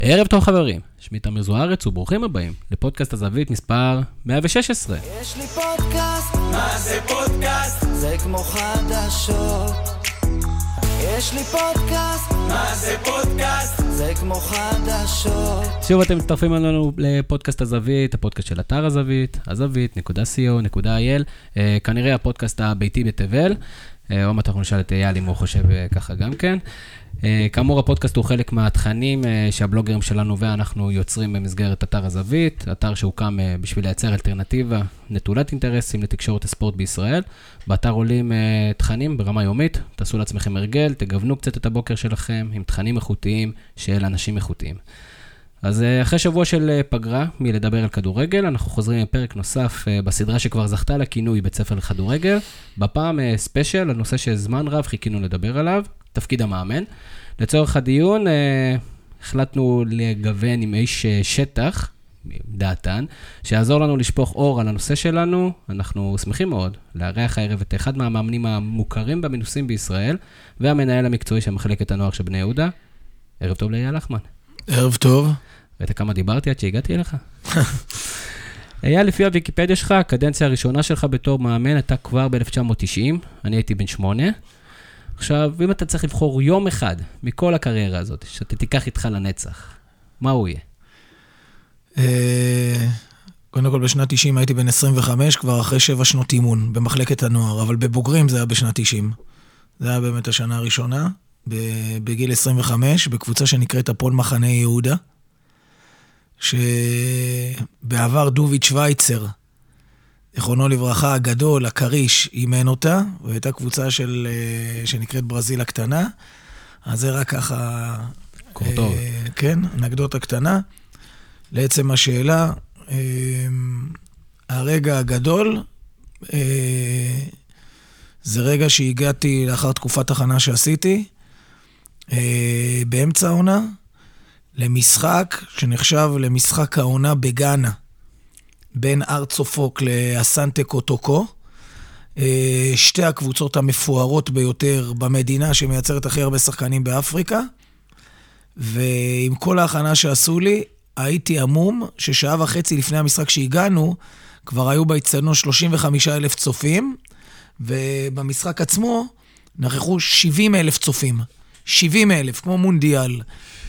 ערב טוב חברים, שמי תמיר זוארץ וברוכים הבאים לפודקאסט הזווית מספר 116. יש לי פודקאסט, מה זה פודקאסט? זה כמו חדשות. יש לי פודקאסט, מה זה פודקאסט? זה כמו חדשות. שוב אתם מצטרפים לנו לפודקאסט הזווית, הפודקאסט של אתר הזווית, הזווית.co.il, כנראה הפודקאסט הביתי בתבל, או מה אנחנו נשאל את אייל אם הוא חושב ככה גם כן. כאמור, הפודקאסט הוא חלק מהתכנים שהבלוגרים שלנו ואנחנו יוצרים במסגרת אתר הזווית, אתר שהוקם בשביל לייצר אלטרנטיבה נטולת אינטרסים לתקשורת הספורט בישראל. באתר עולים תכנים ברמה יומית, תעשו לעצמכם הרגל, תגוונו קצת את הבוקר שלכם עם תכנים איכותיים של אנשים איכותיים. אז אחרי שבוע של פגרה מלדבר על כדורגל, אנחנו חוזרים עם פרק נוסף בסדרה שכבר זכתה לכינוי בית ספר לכדורגל, בפעם ספיישל, הנושא שזמן רב חיכינו לדבר עליו, תפקיד המאמן. לצורך הדיון, החלטנו לגוון עם איש שטח, דעתן, שיעזור לנו לשפוך אור על הנושא שלנו. אנחנו שמחים מאוד לארח הערב את אחד מהמאמנים המוכרים במנוסים בישראל, והמנהל המקצועי של מחלקת הנוער של בני יהודה. ערב טוב לאייל לחמן. ערב טוב. ראית כמה דיברתי עד שהגעתי אליך? אייל, לפי הוויקיפדיה שלך, הקדנציה הראשונה שלך בתור מאמן הייתה כבר ב-1990, אני הייתי בן 8. עכשיו, אם אתה צריך לבחור יום אחד מכל הקריירה הזאת, שאתה תיקח איתך לנצח, מה הוא יהיה? קודם כל, בשנת 90 הייתי בן 25, כבר אחרי 7 שנות אימון במחלקת הנוער, אבל בבוגרים זה היה בשנת 90. זה היה באמת השנה הראשונה, בגיל 25, בקבוצה שנקראת הפועל מחנה יהודה, שבעבר דוביץ' שוויצר, זיכרונו לברכה, הגדול, הקריש, אימן אותה, והייתה קבוצה שנקראת ברזיל הקטנה. אז זה רק ככה... קורטוב. כן, אנקדוטה קטנה. לעצם השאלה, הרגע הגדול, זה רגע שהגעתי לאחר תקופת הכנה שעשיתי, באמצע העונה, למשחק שנחשב למשחק העונה בגאנה, בין ארצו פוק לאסנטה קוטוקו, שתי הקבוצות המפוארות ביותר במדינה שמייצרת הכי הרבה שחקנים באפריקה, ועם כל ההכנה שעשו לי, הייתי עמום ששעה וחצי לפני המשחק שהגענו, כבר היו באצטדיון 35,000 צופים, ובמשחק עצמו נכחו 70,000 צופים. 70,000, כמו מונדיאל.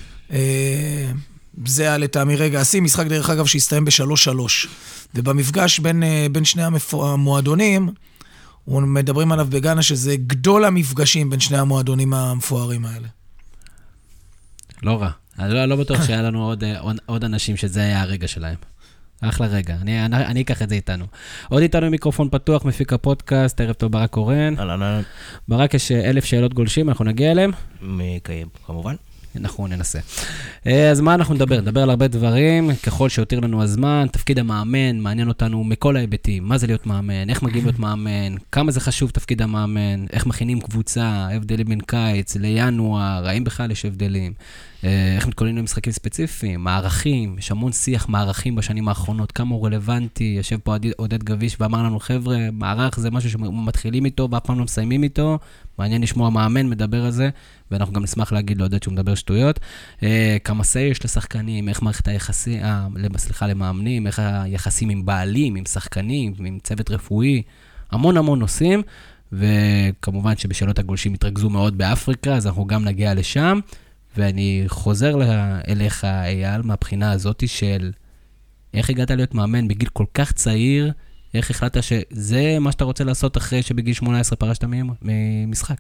זה היה לטעמי רגע עשי, משחק דרך אגב שהסתיים ב-3-3. ובמפגש בין שני המועדונים, מדברים עליו בגאנה שזה גדול המפגשים בין שני המועדונים המפוארים האלה. לא רע. אני לא בטוח שהיה לנו עוד אנשים שזה היה הרגע שלהם. אחלה רגע, אני אקח את זה איתנו. עוד איתנו מיקרופון פתוח, מפיק הפודקאסט, ערב טוב ברק קורן. ברק, יש 1,000 שאלות גולשים, אנחנו נגיע אליהם. מקיים, כמובן. אנחנו ננסה. אז מה אנחנו נדבר? נדבר על הרבה דברים, ככל שיותר לנו הזמן, תפקיד המאמן, מעניין אותנו מכל ההיבטים, מה זה להיות מאמן, איך מגיעים להיות מאמן, כמה זה חשוב תפקיד המאמן, איך מכינים קבוצה, הבדלים בין קיץ לינואר, האם בכלל יש הבדלים, איך מתכוננים למשחקים ספציפיים, מערכים, יש המון שיח מערכים בשנים האחרונות, כמה הוא רלוונטי, יושב פה עודד גביש ואמר לנו, חבר'ה, מערך זה משהו שמתחילים איתו, ואף פעם לא מסיימים איתו, מעניין לשמוע מאמן מדבר על זה, ואנחנו גם נשמח להגיד לעודד שהוא מדבר שטויות, כמה סי יש לשחקנים, איך מערכת היחסים, למאמנים, איך היחסים עם בעלים, עם שחקנים, עם צוות רפואי, המון המון נושאים, וכמובן שבשאלות הגולשים התרכזו מאוד באפריקה, אז אנחנו גם נגיע לשם, ואני חוזר אליך, אייל, מהבחינה הזאת של איך הגעת להיות מאמן בגיל כל כך צעיר, איך החלטת שזה מה שאתה רוצה לעשות אחרי שבגיל 18 פרשת ממשחק?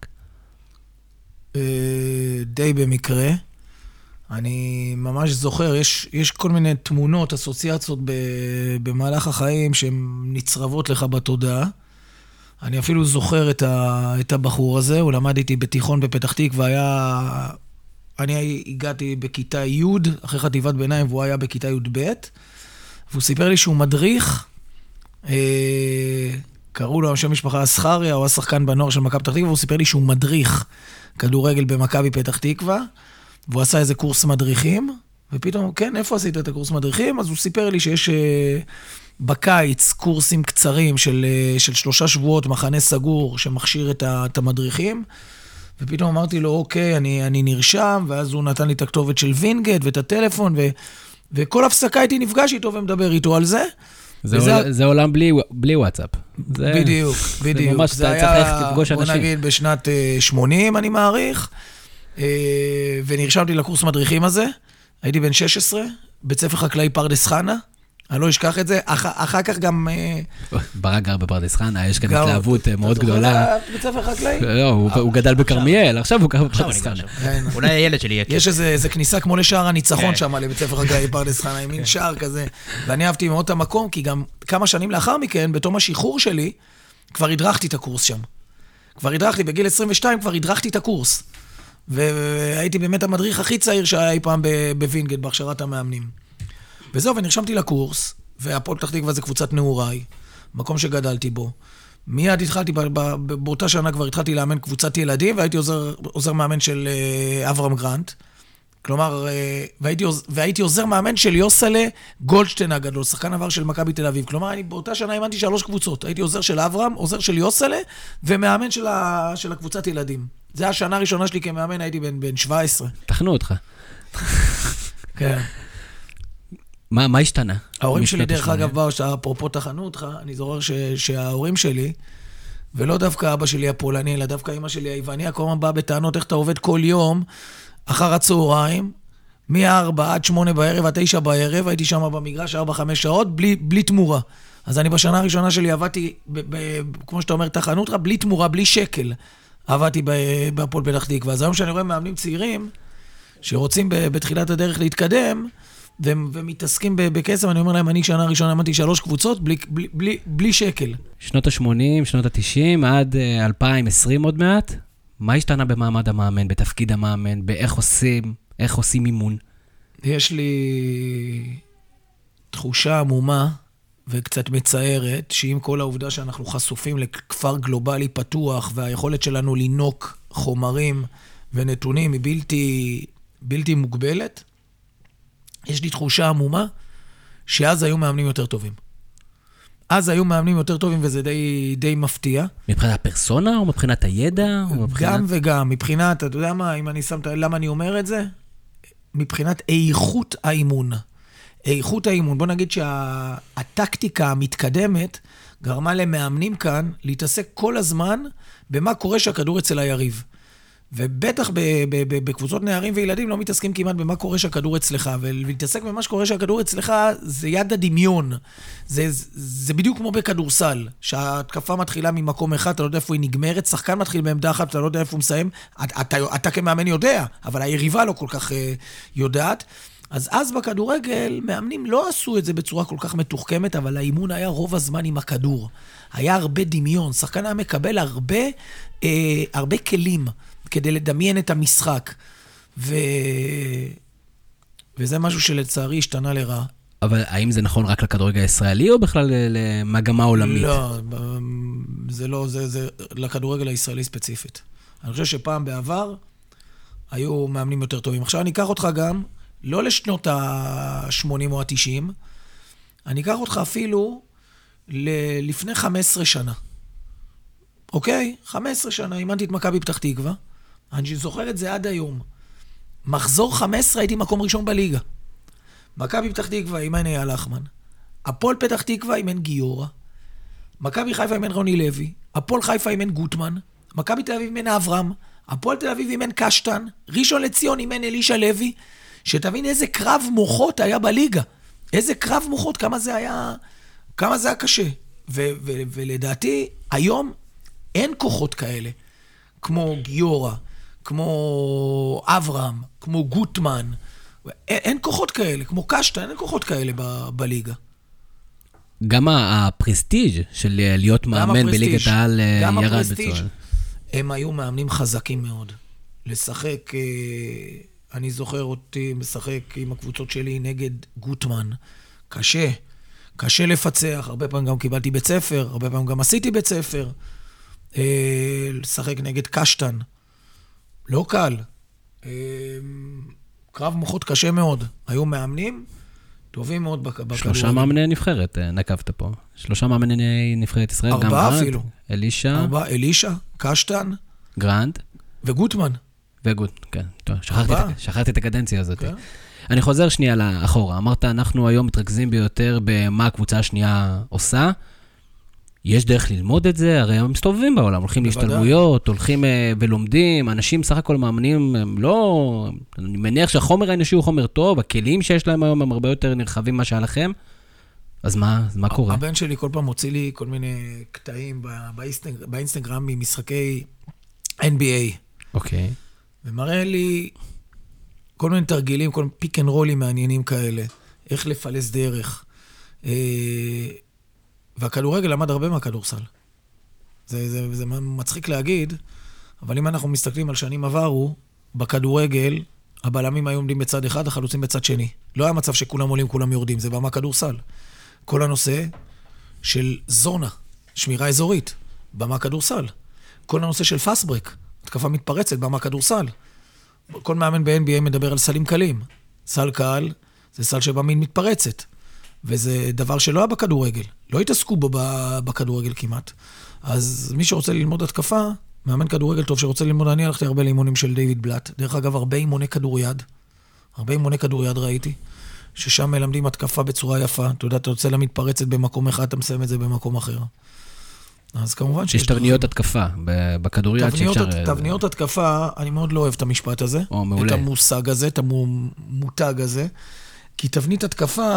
די במקרה. אני ממש זוכר, יש כל מיני תמונות, אסוציאציות במהלך החיים שהן נצרבות לך בתודעה. אני אפילו זוכר את הבחור הזה, הוא למד איתי בתיכון בפתח תקווה, אני הגעתי בכיתה י' אחרי חטיבת ביניים, והוא היה בכיתה י' ב', והוא סיפר לי שהוא מדריך, קראו לו שם משפחה אסחריה, הוא השחקן בנוער של מכבי פתח תקווה, והוא סיפר לי שהוא מדריך כדורגל במכבי פתח תקווה, והוא עשה איזה קורס מדריכים, ופתאום, כן, איפה עשית את הקורס מדריכים? אז הוא סיפר לי שיש בקיץ קורסים קצרים של 3 שבועות, מחנה סגור, שמכשיר את המדריכים, ופתאום אמרתי לו, אוקיי, אני נרשם, ואז הוא נתן לי את הכתובת של וינגייט ואת הטלפון, וכל הפסקה הייתי נפגש איתו ומדבר איתו על זה. זה עולם בלי וואטסאפ. בדיוק. זה ממש, אתה צריך ללכת לפגוש אנשים. בוא נגיד בשנת 80, אני מעריך, ונרשמתי לקורס מדריכים הזה, הייתי בן 16, בית ספר חקלאי פרדס חנה, אני לא אשכח את זה, אחר כך גם... ברק גר בפרדס חנה, יש כאן התלהבות מאוד גדולה. בית ספר חקלאי? לא, הוא גדל בקרמיאל, עכשיו הוא גר בפרדס חנה. אולי הילד שלי יהיה. יש איזה כניסה כמו לשער הניצחון שם, לבית ספר חקלאי פרדס חנה, עם מין שער כזה, ואני אהבתי מאוד את המקום, כי גם כמה שנים לאחר מכן, בתום השחרור שלי, כבר הדרכתי את הקורס שם. בגיל 22 כבר הדרכתי את הקורס. והייתי באמת המדריך הכי צעיר שהיה אי פעם בווינגייט, בהכשרת המאמנים. וזהו, ונרשמתי לקורס, והפועל פתח תקווה זה קבוצת נעוריי, מקום שגדלתי בו. מיד התחלתי, באותה שנה כבר התחלתי לאמן קבוצת ילדים, והייתי עוזר מאמן של אברהם גרנט. כלומר, והייתי עוזר מאמן של יוסלה גולדשטיין הגדול, שחקן עבר של מכבי תל אביב. כלומר, אני באותה שנה אימנתי 3 קבוצות. הייתי עוזר של אברהם, עוזר של יוסלה, ומאמן של הקבוצת ילדים. זה השנה הראשונה שלי כמאמן, הייתי בן 17. תחנו אותך. כן. מה השתנה? ההורים שלי, דרך אגב, באו, אפרופו תחנו אותך, אני זוכר שההורים שלי, ולא דווקא אבא שלי הפולני, אלא דווקא אמא שלי היווניה, כל הזמן באה בטענות איך אתה עובד כל יום, אחר הצהריים, מ-4 עד 8 בערב, עד 9 בערב, הייתי שם במגרש 4-5 שעות, בלי תמורה. אז אני בשנה הראשונה שלי עבדתי, כמו שאתה אומר, תחנו אותך, בלי תמורה, בלי שקל. עבדתי בהפועל פתח תקווה. אז היום שאני רואה מאמנים צעירים, שרוצים בתחילת הדרך להתקדם, ומתעסקים בכסף, אני אומר להם, אני שנה ראשונה אמרתי 3 קבוצות, בלי שקל. שנות ה-80, שנות ה-90, עד 2020 עוד מעט, מה השתנה במעמד המאמן, בתפקיד המאמן, באיך עושים אימון? יש לי תחושה עמומה וקצת מצערת, שעם כל העובדה שאנחנו חשופים לכפר גלובלי פתוח, והיכולת שלנו לינוק חומרים ונתונים היא בלתי מוגבלת, יש לי תחושה עמומה שאז היו מאמנים יותר טובים. וזה די מפתיע. מבחינת הפרסונה או מבחינת הידע? גם וגם. מבחינת, אתה יודע מה, למה אני אומר את זה? מבחינת איכות האימון. בוא נגיד שהטקטיקה המתקדמת גרמה למאמנים כאן להתעסק כל הזמן במה קורה שהכדור אצל היריב. ובטח בקבוצות נערים וילדים לא מתעסקים כמעט במה קורה שהכדור אצלך, ולהתעסק במה שקורה שהכדור אצלך זה יד הדמיון. זה בדיוק כמו בכדורסל, שההתקפה מתחילה ממקום אחד, אתה לא יודע איפה היא נגמרת, שחקן מתחיל בעמדה אחת, אתה לא יודע איפה הוא מסיים, אתה כמאמן יודע, אבל היריבה לא כל כך יודעת. אז בכדורגל, מאמנים לא עשו את זה בצורה כל כך מתוחכמת, אבל האימון היה רוב הזמן עם הכדור. היה הרבה דמיון, שחקן היה מקבל הרבה כלים, כדי לדמיין את המשחק. וזה משהו שלצערי השתנה לרע. אבל האם זה נכון רק לכדורגל הישראלי, או בכלל למגמה עולמית? לא, זה לכדורגל הישראלי ספציפית. אני חושב שפעם בעבר היו מאמנים יותר טובים. עכשיו אני אקח אותך גם, לא לשנות ה-80 או ה-90, אני אקח אותך אפילו לפני 15 שנה. אוקיי? 15 שנה, אימנתי את מכבי פתח תקווה, אני זוכר את זה עד היום. מחזור 15 הייתי מקום ראשון בליגה. מכבי פתח תקווה אימן אייל לחמן, הפועל פתח תקווה אימן גיורא, מכבי חיפה אימן רוני לוי, הפועל חיפה אימן גוטמן, מכבי תל אביב אימן אברהם, הפועל תל אביב אימן קשטן, ראשון לציון אימן אלישע לוי, שתבין איזה קרב מוחות היה בליגה. איזה קרב מוחות, כמה זה היה קשה. ולדעתי, היום אין כוחות כאלה, כמו גיורא, כמו אברהם, כמו גוטמן, אין כוחות כאלה, כמו קשטן, אין כוחות כאלה בליגה. גם הפרסטיג' של להיות מאמן בליגת העל ירד בצורה. הם היו מאמנים חזקים מאוד. לשחק, אני זוכר אותי משחק עם הקבוצות שלי נגד גוטמן. קשה לפצח, הרבה פעמים גם קיבלתי בית ספר, הרבה פעמים גם עשיתי בית ספר. לשחק נגד קשטן. לא קל. קרב מוחות קשה מאוד. היו מאמנים טובים מאוד בכדורגל. 3 מאמני נבחרת, נקבת פה. 3 מאמני נבחרת ישראל. 4 אפילו. אלישע, קשטן. גרנט. וגוטמן. כן. טוב, שכחתי את הקדנציה הזאת. כן. אני חוזר שנייה לאחורה. אמרת, אנחנו היום מתרכזים ביותר במה הקבוצה השנייה עושה. יש דרך ללמוד את זה, הרי הם מסתובבים בעולם, הולכים להשתלמויות, הולכים ולומדים, אנשים סך הכל מאמנים, הם לא... אני מניח שהחומר האנושי הוא חומר טוב, הכלים שיש להם היום הם הרבה יותר נרחבים מה שהיה לכם, אז מה קורה? הבן שלי כל פעם מוציא לי כל מיני קטעים באינסטגרם ממשחקי NBA. אוקיי. ומראה לי כל מיני תרגילים, כל מיני פיק אנד רולים מעניינים כאלה, איך לפלס דרך. והכדורגל למד הרבה מהכדורסל. זה מצחיק להגיד, אבל אם אנחנו מסתכלים על שנים עברו, בכדורגל, הבלמים היו עומדים בצד אחד, החלוצים בצד שני. לא היה מצב שכולם עולים, כולם יורדים, זה בא מהכדורסל. כל הנושא של זונה, שמירה אזורית, בא מהכדורסל. כל הנושא של פאסט ברק, התקפה מתפרצת, בא מהכדורסל. כל מאמן ב-NBA מדבר על סלים קלים. סל קל זה סל שבא מין מתפרצת. וזה דבר שלא היה בכדורגל. לא התעסקו בו בכדורגל כמעט. אז מי שרוצה ללמוד התקפה, מאמן כדורגל טוב שרוצה ללמוד, אני הלכתי הרבה לאימונים של דיוויד בלאט. דרך אגב, הרבה אימוני כדוריד ראיתי, ששם מלמדים התקפה בצורה יפה. אתה יודע, אתה רוצה למתפרצת במקום אחד, אתה מסיים את זה במקום אחר. אז כמובן שיש תבניות התקפה בכדוריד שאפשר... תבניות התקפה, אני מאוד לא אוהב את המשפט הזה. את המושג הזה, את המותג הזה. כי תבנית התקפה,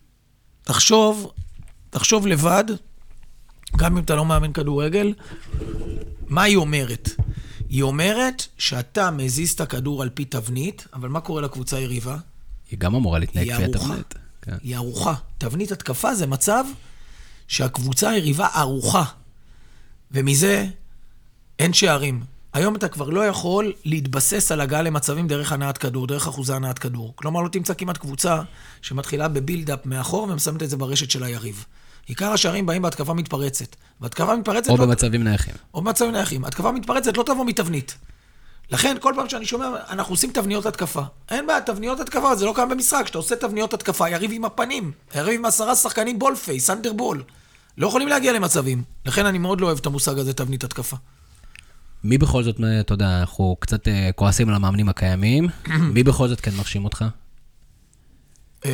תחשוב לבד, גם אם אתה לא מאמן כדורגל, מה היא אומרת? היא אומרת שאתה מזיז את הכדור על פי תבנית, אבל מה קורה לקבוצה יריבה? היא גם אמורה להתנהג כפי התבנית. היא ערוכה. תבנית התקפה זה מצב שהקבוצה היריבה ערוכה, ומזה אין שערים. היום אתה כבר לא יכול להתבסס על הגעה למצבים דרך הנעת כדור, דרך אחוזי הנעת כדור. כלומר, לא תמצא כמעט קבוצה שמתחילה בבילדאפ מאחור ומסיימת את זה ברשת של היריב. עיקר השערים באים בהתקפה מתפרצת. והתקפה מתפרצת... או במצבים נייחים. או במצבים נייחים. התקפה מתפרצת לא תבוא מתבנית. לכן, כל פעם שאני שומע, אנחנו עושים תבניות התקפה. אין בעיה, תבניות התקפה, זה לא קיים במשחק. כשאתה עושה תבניות התקפה, יריב עם הפנים, יריב עם 10 שחקנים בול פייס, אנדר בול. לא יכולים להגיע למצבים. לכן אני מאוד לא אוהב את המושג הזה, תבנית התקפה. מי בכל זאת, אתה יודע, אנחנו קצת כועסים על המאמנים הקיימים, מי בכל זאת כן מרשים אותך? אני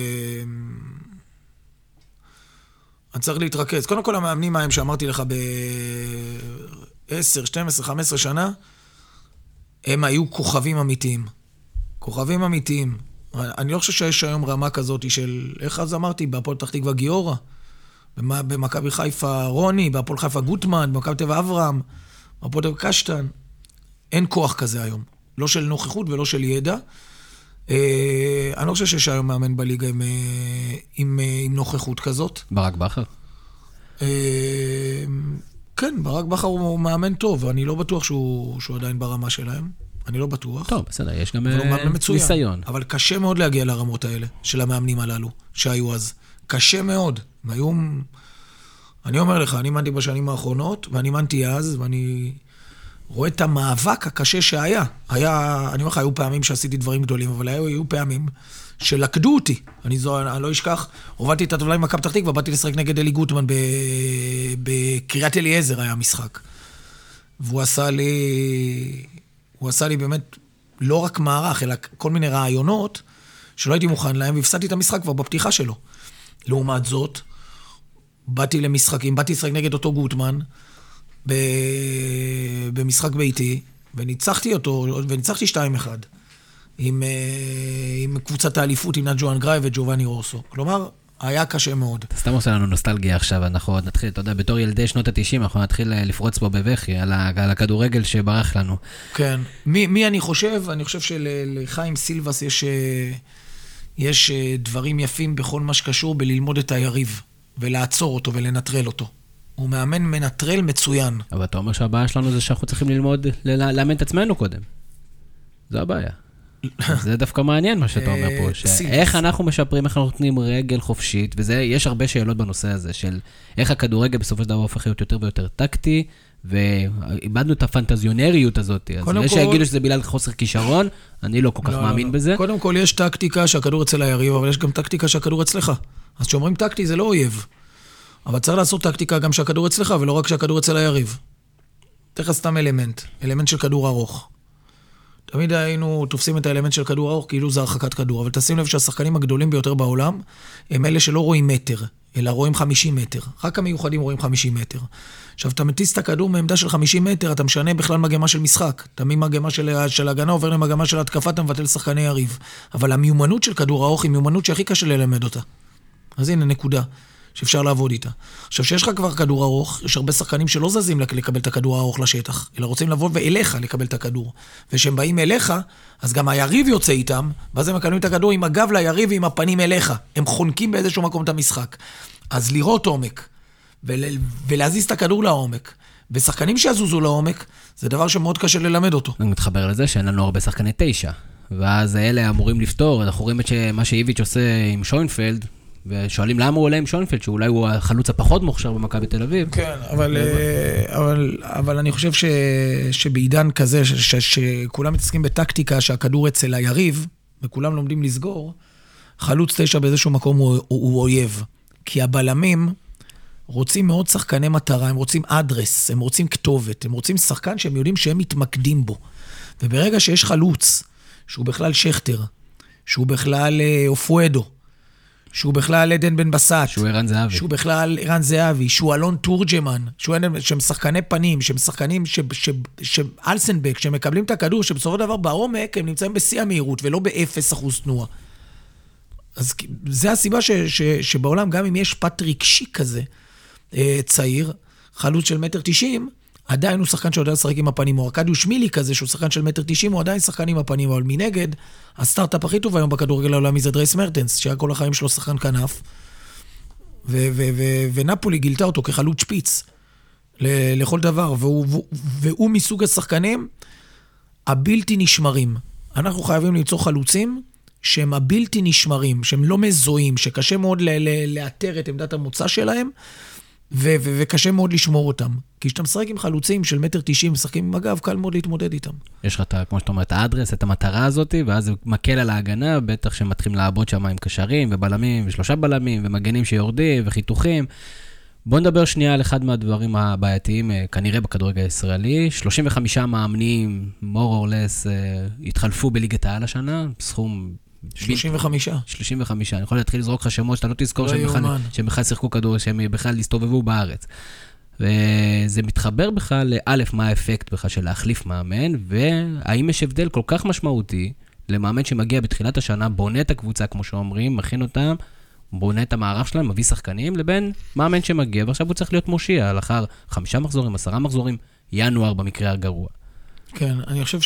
צריך להתרכז. קודם כל המאמנים ההם שאמרתי לך ב-10, 12, 15 שנה, הם היו כוכבים אמיתיים. כוכבים אמיתיים. אני לא חושב שיש היום רמה כזאת של, איך אז אמרתי, בהפועל פתח תקווה גיורא, במכבי חיפה רוני, בהפועל חיפה גוטמן, במכבי טבע אברהם, בהפועל טבע קשטן. אין כוח כזה היום. לא של נוכחות ולא של ידע. אני לא חושב שיש היום מאמן בליגה עם נוכחות כזאת. ברק בכר? כן, ברק בכר הוא מאמן טוב, ואני לא בטוח שהוא עדיין ברמה שלהם. אני לא בטוח. טוב, בסדר, יש גם ניסיון. אבל קשה מאוד להגיע לרמות האלה, של המאמנים הללו, שהיו אז. קשה מאוד. אני אומר לך, אני אימנתי בשנים האחרונות, ואני אימנתי אז, ואני רואה את המאבק הקשה שהיה. אני אומר לך, היו פעמים שעשיתי דברים גדולים, אבל היו פעמים שלקדו אותי. אני לא אשכח, הובלתי את הטבלה עם מכבי פתח תקווה, באתי לשחק נגד אלי גוטמן בקריית אליעזר היה משחק. והוא עשה לי באמת לא רק מערך, אלא כל מיני רעיונות שלא הייתי מוכן להם, והפסדתי את המשחק כבר בפתיחה שלו. לעומת זאת, באתי לשחק נגד אותו גוטמן, במשחק ביתי, וניצחתי אותו, וניצחתי 2-1, עם קבוצת האליפות, עם נג'ואן גראי וג'ובאני רוסו. כלומר, היה קשה מאוד. אתה סתם עושה לנו נוסטלגיה עכשיו, אנחנו עוד נתחיל, אתה יודע, בתור ילדי שנות ה-90, אנחנו נתחיל לפרוץ פה בבכי, על הכדורגל שברח לנו. כן. מי אני חושב? אני חושב שלחיים סילבס יש דברים יפים בכל מה שקשור בללמוד את היריב, ולעצור אותו ולנטרל אותו. הוא מאמן מנטרל מצוין. אבל אתה אומר שהבעיה שלנו זה שאנחנו צריכים ללמוד, לאמן את עצמנו קודם. זו הבעיה. זה דווקא מעניין מה שאתה אומר פה, שאיך אנחנו משפרים, איך אנחנו נותנים רגל חופשית, יש הרבה שאלות בנושא הזה, של איך הכדורגל בסופו של דבר הופך להיות יותר ויותר טקטי, ואיבדנו את הפנטזיונריות הזאת. אז יש שיגידו שזה בגלל חוסר כישרון, אני לא כל כך מאמין בזה. קודם כל יש טקטיקה שהכדור אצל היריב, אבל יש גם טקטיקה שהכדור אצלך. אז כשאומרים טקטי זה לא אויב. אבל צריך לעשות טקטיקה גם שהכדור אצלך, ולא רק שהכדור אצל היריב. תכף סתם אלמנט של כדור ארוך. תמיד היינו תופסים את האלמנט של כדור ארוך כאילו זה הרחקת כדור, אבל תשים לב שהשחקנים הגדולים ביותר בעולם הם אלה שלא רואים מטר, אלא רואים 50 מטר. רק המיוחדים רואים 50 מטר. עכשיו, אתה מטיס את הכדור מעמדה של 50 מטר, אתה משנה בכלל מגמה של משחק. אתה ממגמה של הגנה עובר למגמה של התקפה, אתה מבטל שחקני יריב. אבל המיומנות של כדור הארוך היא מיומנות שהכי קשה ללמד אותה. אז הנה נקודה שאפשר לעבוד איתה. עכשיו, שיש לך כבר כדור ארוך, יש הרבה שחקנים שלא זזים לקבל את הכדור הארוך לשטח, אלא רוצים לבוא ואליך לקבל את הכדור. וכשהם באים אליך, אז גם היריב יוצא איתם, ואז הם מקבלים את הכדור עם הגב ליריב ועם הפנים אליך. הם חונקים באיזשהו מקום את המשחק. אז לראות עומק, ולהזיז את הכדור לעומק, ושחקנים שיזוזו לעומק, זה דבר שמאוד קשה ללמד אותו. אני מתחבר לזה שאין לנו הרבה שחקני 9, ואז אלה אמורים לפתור, אנחנו רואים את מה שאיביץ' עושה עם שוינפלד, ושואלים למה הוא עולה עם שוינפלד, שאולי הוא החלוץ הפחות מוכשר במכבי תל אביב. כן, אבל אני חושב שבעידן כזה, שכולם מתעסקים בטקטיקה, שהכדור אצל היריב, וכולם לומדים לסגור, חלוץ 9 באיזשהו מקום הוא אויב. כי הבלמים רוצים מאוד שחקני מטרה, הם רוצים אדרס, הם רוצים כתובת, הם רוצים שחקן שהם יודעים שהם מתמקדים בו. וברגע שיש חלוץ, שהוא בכלל שכטר, שהוא בכלל אופואדו, שהוא אלדן בן בסט, שהוא ערן זהבי, שהוא בכלל ערן זהבי, שהוא אלון תורג'מן, שהם שחקני פנים, שהם שחקנים אלסנבק, שהם מקבלים את הכדור, שבסופו דבר בעומק הם נמצאים בשיא המהירות, ולא ב-0% תנועה. אז זה הסיבה שבעולם, גם אם יש פט רגשי כזה, צעיר, חלוץ של 1.90 מטר, עדיין הוא שחקן שיודע לשחק עם הפנים, או ארקדיו שמילי כזה, שהוא שחקן של 1.90 מטר, הוא עדיין שחקן עם הפנים, אבל מנגד, הסטארט-אפ הכי טוב היום בכדורגל העולמי זה דרייס מרטנס, שהיה כל החיים שלו שחקן כנף, ונפולי גילתה אותו כחלוץ שפיץ, לכל דבר, והוא מסוג השחקנים הבלתי נשמרים. אנחנו חייבים ליצור חלוצים, שהם הבלתי נשמרים, שהם לא מזוהים, שקשה מאוד לאתר את עמדת המוצא שלהם, וקשה מאוד לשמור אותם. כי כשאתה משחק עם חלוצים של 1.90 מטר, משחקים עם הגב, קל מאוד להתמודד איתם. יש לך, כמו שאתה אומר, את האדרס, את המטרה הזאת, ואז זה מקל על ההגנה, בטח שמתחילים לעבוד שם עם קשרים ובלמים, ושלושה בלמים, ומגנים שיורדים, וחיתוכים. בוא נדבר שנייה על אחד מהדברים הבעייתיים, כנראה בכדורגל הישראלי. 35 מאמנים, more or less, התחלפו בליגת העל השנה, סכום 35. אני יכול להתחיל לזרוק לך שמות שאתה לא תזכור שהם בכלל שיחקו כדור, שהם בכלל הסתובבו בארץ. וזה מתחבר בכלל לאלף מה האפקט בכלל של להחליף מאמן, והאם יש הבדל כל כך משמעותי למאמן שמגיע בתחילת השנה, בונה את הקבוצה כמו שאומרים, מכין אותם, בונה את המערך שלהם, מביא שחקנים, לבין מאמן שמגיע, ועכשיו הוא צריך להיות מושיע, לאחר 5 מחזורים, 10 מחזורים, ינואר במקרה הגרוע. כן, אני חושב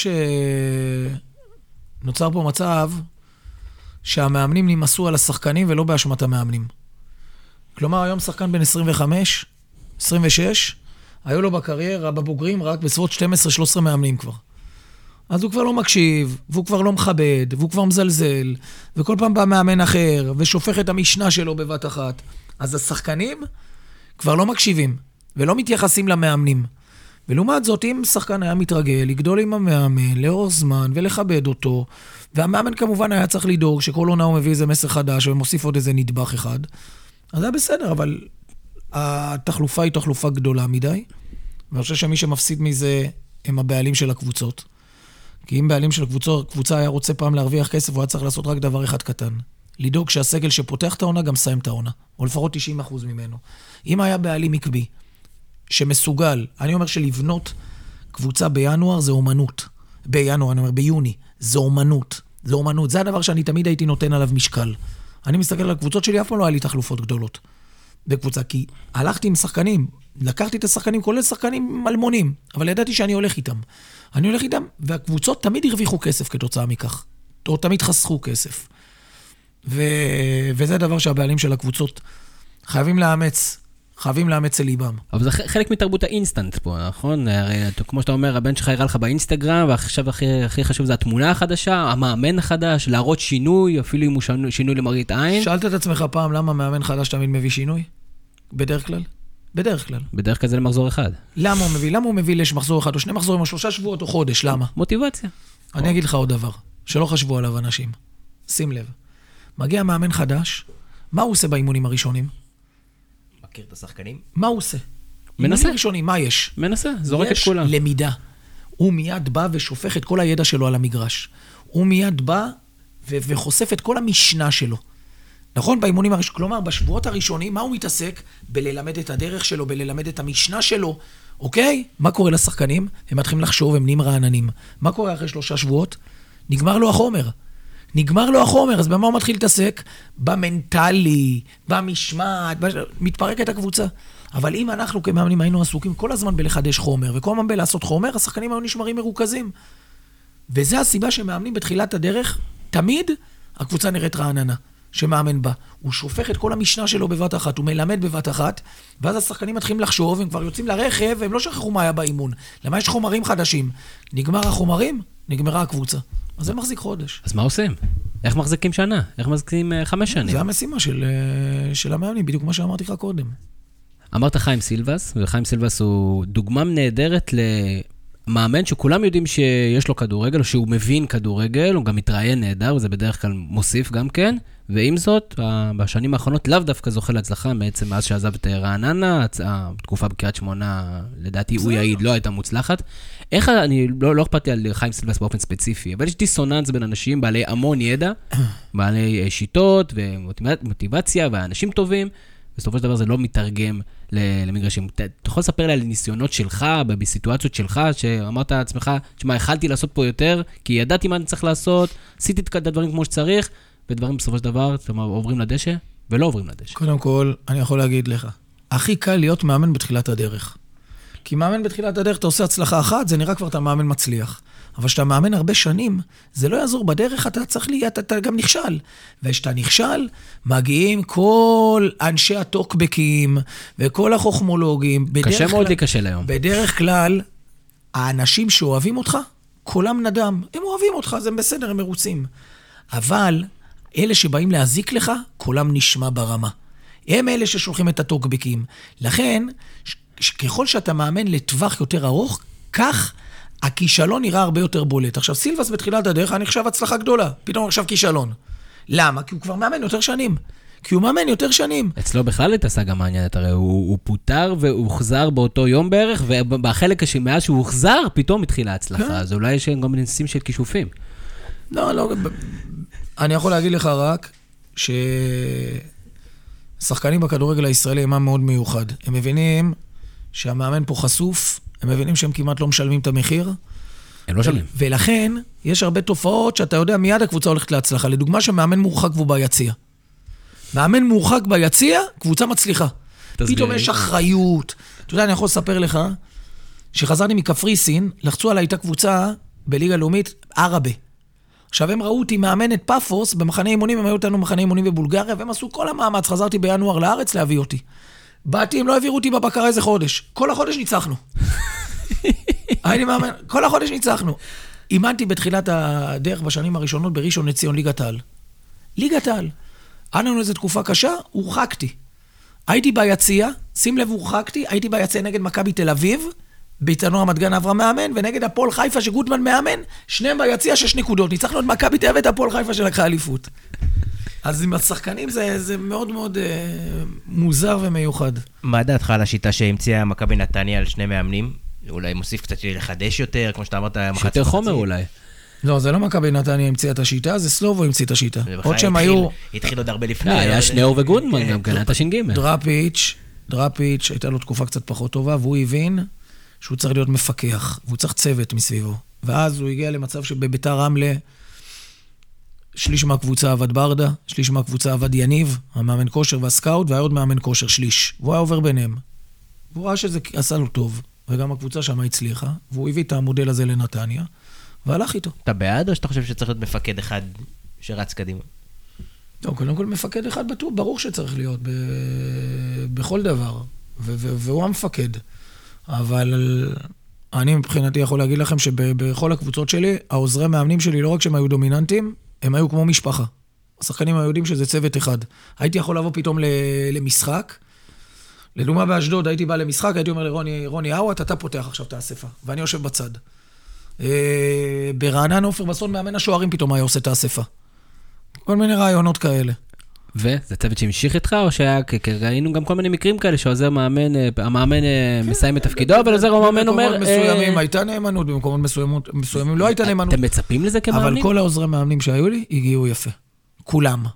שנוצר פה מצב שהמאמנים נמסו על השחקנים ולא באשמת המאמנים. כלומר, היום שחקן בין 25, 26, היו לו בקריירה, בבוגרים, רק בסביבות 12-13 מאמנים כבר. אז הוא כבר לא מקשיב, והוא כבר לא מכבד, והוא כבר מזלזל, וכל פעם בא מאמן אחר, ושופך את המשנה שלו בבת אחת. אז השחקנים כבר לא מקשיבים, ולא מתייחסים למאמנים. ולעומת זאת, אם שחקן היה מתרגל, לגדול עם המאמן, לאור זמן, ולכבד אותו, והמאמן כמובן היה צריך לדאוג, שכל עונה הוא מביא איזה מסר חדש, ומוסיף עוד איזה נדבך אחד, אז זה בסדר, אבל התחלופה היא תחלופה גדולה מדי, ואני חושב שמי שמפסיד מזה הם הבעלים של הקבוצות. כי אם בעלים של קבוצה היה רוצה פעם להרוויח כסף, הוא היה צריך לעשות רק דבר אחד קטן. לדאוג שהסגל שפותח את העונה גם סיים את העונה, או לפחות 90% ממנו. אם היה בעלים מקבי, שמסוגל, אני אומר שלבנות קבוצה בינואר זה אומנות. בינואר, אני אומר ביוני, זה אומנות. זה אומנות. זה הדבר שאני תמיד הייתי נותן עליו משקל. אני מסתכל על הקבוצות שלי, אף פעם לא היה לי תחלופות גדולות בקבוצה, כי הלכתי עם שחקנים, לקחתי את השחקנים, כולל שחקנים מלמונים, אבל ידעתי שאני הולך איתם. אני הולך איתם, והקבוצות תמיד הרוויחו כסף כתוצאה מכך, או תמיד חסכו כסף. וזה דבר שהבעלים של הקבוצות חייבים לאמץ אל ליבם. אבל זה חלק מתרבות האינסטנט פה, נכון? הרי, כמו שאתה אומר, הבן שלך הראה לך באינסטגרם, ועכשיו הכי חשוב זה התמונה החדשה, המאמן החדש, להראות שינוי, אפילו אם הוא שינוי למראית עין. שאלת את עצמך פעם למה מאמן חדש תמיד מביא שינוי? בדרך כלל? בדרך כלל זה למחזור אחד. למה הוא מביא? למה הוא מביא למחזור אחד, או 2 מחזורים, או 3 שבועות, או חודש? למה? מוטיבציה. אני אגיד לך עוד דבר, שלא חשבו עליו אנשים. שים לב. מגיע מאמן חדש, מה הוא עושה באימונים הראשונים? מכיר את השחקנים? מה הוא עושה? מנסה. ראשוני, מה יש? מנסה, זורק את כולם. יש למידה. הוא מיד בא ושופך את כל הידע שלו על המגרש. הוא מיד בא וחושף את כל המשנה שלו. נכון? באימונים הראשונים, כלומר, בשבועות הראשונים, מה הוא מתעסק? בללמד את הדרך שלו, בללמד את המשנה שלו, אוקיי? מה קורה לשחקנים? הם מתחילים לחשוב, הם נהיים רעננים. מה קורה אחרי 3 שבועות? נגמר לו החומר. אז במה הוא מתחיל להתעסק? במנטלי, במשמעת, מתפרקת הקבוצה. אבל אם אנחנו כמאמנים היינו עסוקים כל הזמן בלחדש חומר, וכל הזמן בלעשות חומר, השחקנים היו נשמרים מרוכזים. וזה הסיבה שמאמנים בתחילת הדרך, תמיד הקבוצה נראית רעננה, שמאמן בה. הוא שופך את כל המשנה שלו בבת אחת, הוא מלמד בבת אחת, ואז השחקנים מתחילים לחשוב, הם כבר יוצאים לרכב, והם לא שכחו מה היה באימון. למה יש חומרים חדשים? נגמר החומרים, נגמרה הקבוצה. אז זה מחזיק חודש. אז מה עושים? איך מחזיקים שנה? איך מחזיקים 5 שנים? זה המשימה של המאמנים, בדיוק מה שאמרתי לך קודם. אמרת חיים סילבס, וחיים סילבס הוא דוגמה נהדרת למאמן שכולם יודעים שיש לו כדורגל, או שהוא מבין כדורגל, הוא גם מתראיין נהדר, וזה בדרך כלל מוסיף גם כן, ועם זאת, בשנים האחרונות לאו דווקא זוכה להצלחה, בעצם מאז שעזב את רעננה, התקופה בקריית שמונה, לדעתי הוא יעיד, לא הייתה מוצלחת. איך, אני לא אכפתי על חיים סילבס באופן ספציפי, אבל יש דיסוננס בין אנשים בעלי המון ידע, בעלי שיטות ומוטיבציה, ואנשים טובים, בסופו של דבר זה לא מתרגם למגרשים. אתה יכול לספר לי על ניסיונות שלך, בסיטואציות שלך, שאמרת לעצמך, שמה, יכלתי לעשות פה יותר, כי ידעתי מה אני צריך לעשות, עשיתי את הדברים כמו שצריך, ודברים בסופו של דבר, זאת אומרת, עוברים לדשא, ולא עוברים לדשא. קודם כל, אני יכול להגיד לך, הכי קל להיות מאמן בתחילת הדרך. כי מאמן בתחילת הדרך, אתה עושה הצלחה אחת, זה נראה כבר אתה מאמן מצליח. אבל כשאתה מאמן הרבה שנים, זה לא יעזור בדרך, אתה צריך להיות, אתה גם נכשל. וכשאתה נכשל, מגיעים כל אנשי הטוקבקים, וכל החוכמולוגים. קשה מאוד להיכשל היום. בדרך כלל, האנשים שאוהבים אותך, קולם נדם. הם אוהבים אותך, זה בסדר, הם מרוצים. אבל אלה שבאים להזיק לך, קולם נשמע ברמה. הם אלה ששולחים את הטוקבקים. לכן, ככל שאתה מאמן לטווח יותר ארוך, כך הכישלון נראה הרבה יותר בולט. עכשיו, סילבס בתחילת הדרך, אני חושב הצלחה גדולה. פתאום עכשיו כישלון. למה? כי הוא כבר מאמן יותר שנים. אצלו בכלל התעשה גם מעניינת, הרי הוא פוטר והוא הוחזר באותו יום בערך, ובחלק מאז שהוא הוחזר, פתאום התחילה ההצלחה. אז אולי יש גם ניסים של כישופים. לא. אני יכול להגיד לך רק ששחקנים בכדורגל הישראלי הם מאוד מיוחד. הם מבינים שהמאמן פה חשוף, הם מבינים שהם כמעט לא משלמים את המחיר. הם לא משלמים. ולכן, יש הרבה תופעות שאתה יודע, מיד הקבוצה הולכת להצלחה. לדוגמה שמאמן מורחק והוא ביציע. מאמן מורחק ביציע, קבוצה מצליחה. פתאום יש אחריות. אתה יודע, אני יכול לספר לך, שחזרתי מקפריסין, לחצו עליי איתה קבוצה בליגה לאומית, ערבה. עכשיו הם ראו אותי מאמן את פאפוס במחנה אימונים, הם היו אותנו במחנה אימונים בבולגריה, והם עשו כל המאמץ, חזרתי בינואר לארץ להביא אותי. באתי, הם לא העבירו אותי בבקרה איזה חודש. כל החודש ניצחנו. הייתי מאמן, כל החודש ניצחנו. אימנתי בתחילת הדרך בשנים הראשונות בראשון לציון ליגת העל. ליגת העל. היה לנו איזו תקופה קשה, הורחקתי. הייתי ביציע, שים לב, הורחקתי, הייתי ביציע נגד מכבי תל אביב, באיצטדיון רמת גן אברהם מאמן, ונגד הפועל חיפה שגוטמן מאמן, שניהם ביציע 6 נקודות. ניצחנו את מכבי תל אביב ואת הפועל חיפה שלקחה אליפות. אז עם השחקנים זה מאוד מאוד מוזר ומיוחד. מה דעתך על השיטה שהמציאה מכבי נתניה על 2 מאמנים? אולי מוסיף קצת לחדש יותר, כמו שאתה אמרת, שיותר חומר אולי. לא, זה לא מכבי נתניה המציאה את השיטה, זה סלובו המציא את השיטה. עוד שהם היו... התחיל עוד הרבה לפני. היה שניאור וגודמן גם כן, הייתה ש"ג. דראפיץ', הייתה לו תקופה קצת פחות טובה, והוא הבין שהוא צריך להיות מפקח, והוא צריך צוות מסביבו. ואז הוא הגיע למצב שבביתר רמלה, שליש מהקבוצה עבד ברדה, שליש מהקבוצה עבד יניב, המאמן כושר והסקאוט, והיה עוד מאמן כושר, שליש. והוא היה עובר ביניהם. והוא ראה שזה עשה לו טוב, וגם הקבוצה שם הצליחה, והוא הביא את המודל הזה לנתניה, והלך איתו. אתה בעד או שאתה חושב שצריך להיות מפקד אחד שרץ קדימה? לא, קודם כל מפקד אחד ברור שצריך להיות בכל דבר, והוא המפקד. אבל אני מבחינתי יכול להגיד לכם שבכל הקבוצות שלי, העוזרי מאמנים שלי, לא רק שהם היו דומיננטים, הם היו כמו משפחה. השחקנים היו יודעים שזה צוות אחד. הייתי יכול לבוא פתאום למשחק, לדוגמה באשדוד, הייתי בא למשחק, הייתי אומר לרוני אאוט, אתה פותח עכשיו את האספה, ואני יושב בצד. ברעננה עופר בסון מאמן השוערים פתאום היה עושה את האספה. כל מיני רעיונות כאלה. וזה צוות שהמשיך איתך, או שהיה, ראינו גם כל מיני מקרים כאלה, שעוזר מאמן, המאמן מסיים את תפקידו, אבל עוזר המאמן אומר... במקומות מסוימים הייתה נאמנות, במקומות מסוימים לא הייתה נאמנות. אתם מצפים לזה כמאמנים? אבל כל העוזרי מאמנים שהיו לי, הגיעו יפה. כולם.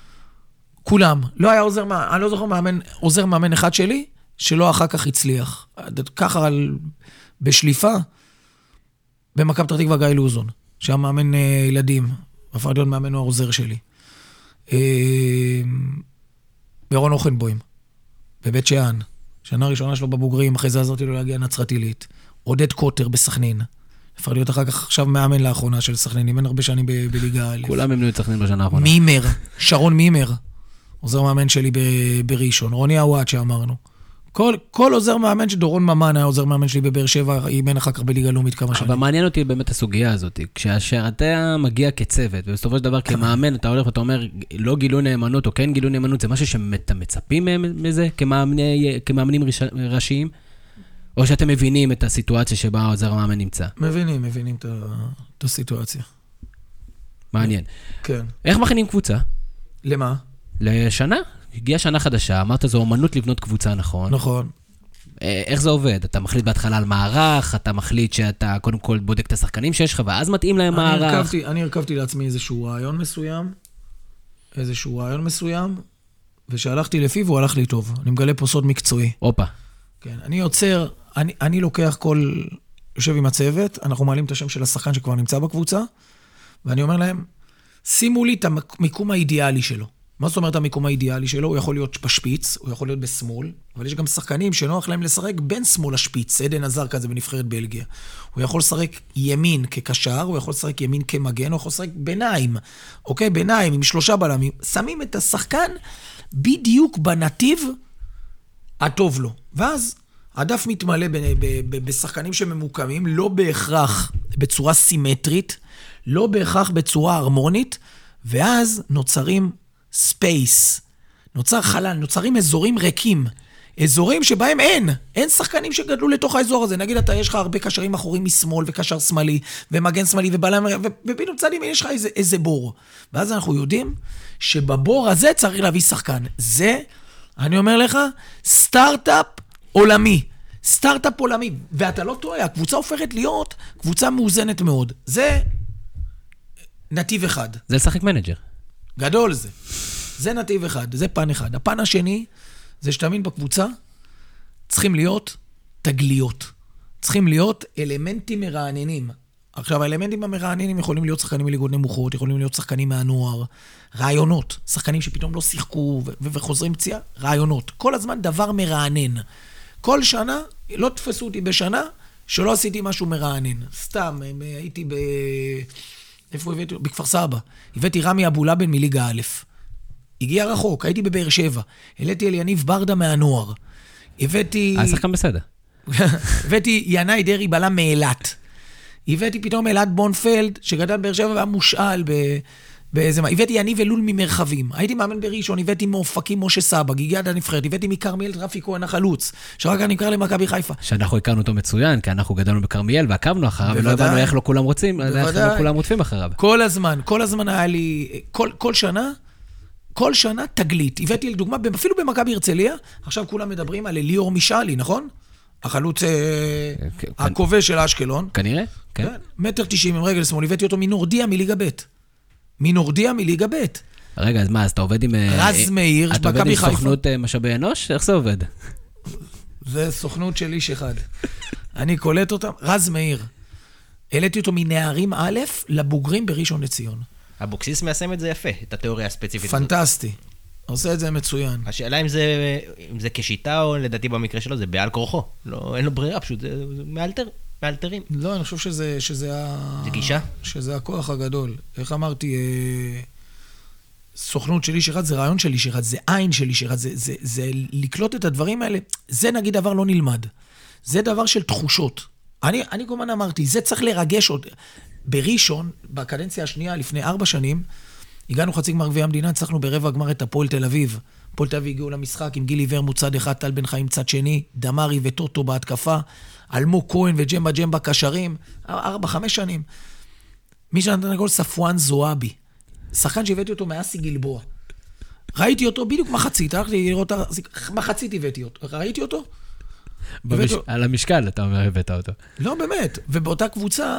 לא היה אני לא זוכר עוזר מאמן אחד שלי, שלא אחר כך הצליח. ככה בשליפה, במכבי פתח תקווה גיא לוזון, שהיה מאמן ילדים, הפך להיות מאמן העוזר שלי. ברון אוכנבוים, בבית שאן, שנה ראשונה שלו בבוגרים, אחרי זה עזרתי לו להגיע נצרת עילית. עודד קוטר בסכנין, הפך להיות אחר כך עכשיו מאמן לאחרונה של סכנין, אימן הרבה שנים בליגה א'. כולם אימנו את סכנין בשנה האחרונה. מימר, שרון מימר, עוזר מאמן שלי בראשון, רוני עוואט שאמרנו. כל עוזר מאמן שדורון ממן היה עוזר מאמן שלי בבאר שבע, אימן אחר כך בליגה לאומית כמה שנים. אבל מעניין אותי באמת הסוגיה הזאת, כשאתה מגיע כצוות, ובסופו של דבר כמאמן, אתה הולך ואתה אומר, לא גילו נאמנות או כן גילו נאמנות, זה משהו שאתם מצפים מזה כמאמנים ראשיים? או שאתם מבינים את הסיטואציה שבה העוזר המאמן נמצא? מבינים את הסיטואציה. מעניין. כן. איך מכינים קבוצה? למה? לשנה. הגיעה שנה חדשה, אמרת זו אומנות לבנות קבוצה, נכון? נכון. איך זה עובד? אתה מחליט בהתחלה על מערך, אתה מחליט שאתה קודם כל בודק את השחקנים שיש לך, ואז מתאים להם מערך. אני הרכבתי לעצמי איזשהו רעיון מסוים, ושהלכתי לפיו והוא הלך לי טוב. אני מגלה פה סוד מקצועי. אופה. כן, אני לוקח יושב עם הצוות, אנחנו מעלים את השם של השחקן שכבר נמצא בקבוצה, ואני אומר להם, שימו לי את המיקום האידיאלי שלו. מה זאת אומרת המיקום האידיאלי שלו? הוא יכול להיות בשפיץ, הוא יכול להיות בשמאל, אבל יש גם שחקנים שנוח להם לשחק בין שמאל לשפיץ, עדן עזר כזה בנבחרת בלגיה. הוא יכול לשחק ימין כקשר, הוא יכול לשחק ימין כמגן, הוא יכול לשחק ביניים, אוקיי? ביניים, עם 3 בלמים. שמים את השחקן בדיוק בנתיב הטוב לו. ואז הדף מתמלא בשחקנים שממוקמים, לא בהכרח בצורה סימטרית, לא בהכרח בצורה הרמונית, ואז נוצרים ספייס, נוצר חלל, נוצרים אזורים ריקים, אזורים שבהם אין שחקנים שגדלו לתוך האזור הזה. נגיד יש לך הרבה קשרים אחורים משמאל וקשר שמאלי, ומגן שמאלי ובלם, ובינום צדים יש לך איזה בור. ואז אנחנו יודעים שבבור הזה צריך להביא שחקן. זה, אני אומר לך, סטארט-אפ עולמי. ואתה לא טועה, הקבוצה הופכת להיות קבוצה מאוזנת מאוד. זה נתיב אחד. זה לשחק מנג'ר. גדול זה. זה נתיב אחד, זה פן אחד. הפן השני, זה שתאמין בקבוצה, צריכים להיות תגליות. צריכים להיות אלמנטים מרעננים. עכשיו, האלמנטים המרעננים יכולים להיות שחקנים מליגות נמוכות, יכולים להיות שחקנים מהנוער, רעיונות, שחקנים שפתאום לא שיחקו וחוזרים פציעה, רעיונות. כל הזמן דבר מרענן. כל שנה, לא תפסו אותי בשנה, שלא עשיתי משהו מרענן. סתם, הייתי איפה הבאתי? בכפר סבא. הבאתי רמי אבולאבן מליגה א'. הגיע רחוק, הייתי בבאר שבע. העליתי אל יניב ברדה מהנוער. הבאתי... שחקן בסדר. הבאתי ינאי דרי בלם מאילת. הבאתי פתאום אלעד בונפלד, שגדל בבאר שבע והיה מושאל באיזה... הבאתי יניב אלול ממרחבים. הייתי מאמן בראשון, הבאתי מאופקים משה סבג, הגיע עד הנבחרת, הבאתי מכרמיאל רפי כהן החלוץ, שרק אני נקרא למכבי חיפה. שאנחנו הכרנו אותו מצוין, כי אנחנו גדלנו בכרמיאל ועקבנו אחריו, ולא הבנו איך לא כולם רוצים, איך לא כולם רודפים אחריו. כל הזמן היה לי, כל שנה תגלית. הבאתי לדוגמה, אפילו במכבי הרצליה, עכשיו כולם מדברים על ליאור מישאלי, נכון? החלוץ הכובש של אשקלון. כנראה, כן. 1.90 מטר עם רגל שמאל, הבאתי אותו מנורדיה מליגה ב'. רגע, אז מה, אז אתה עובד עם... רז מאיר, אתה עובד עם סוכנות משאבי אנוש? איך זה עובד? זה סוכנות של איש אחד. אני קולט אותם. רז מאיר. העליתי אותו מנערים א' לבוגרים בראשון לציון. אבוקסיס מיישם את זה יפה, את התיאוריה הספציפית. פנטסטי. עושה את זה מצוין. השאלה אם זה כשיטה או לדעתי במקרה שלו, זה בעל כורחו. אין לו ברירה, פשוט זה מאלתרים. לא, אני חושב שזה זה גישה? שזה הכוח הגדול. איך אמרתי, סוכנות של איש אחד, זה רעיון של איש אחד, זה עין של איש אחד, זה לקלוט את הדברים האלה. זה נגיד דבר לא נלמד. זה דבר של תחושות. אני כמובן אמרתי, זה צריך לרגש עוד. בראשון, בקדנציה השנייה, לפני 4 שנים, הגענו חצי גמר גביע המדינה, הצלחנו ברבע גמר את הפועל תל אביב. הפועל תל אביב הגיעו למשחק עם גילי ורמוט צד אחד, טל בן חיים צד שני, דמרי וטוטו בהתקפה, אלמוג כהן וג'מבה קשרים, 4-5 שנים. מי שנתן הגול, ספואן זועבי. שחקן שהבאתי אותו מאסי גלבוע. ראיתי אותו בדיוק מחצית, הלכתי לראות, מחצית הבאתי אותו. ראיתי אותו? על המשקל, אתה אומר, הבאת אותו. לא, באמת. ובאותה קבוצה,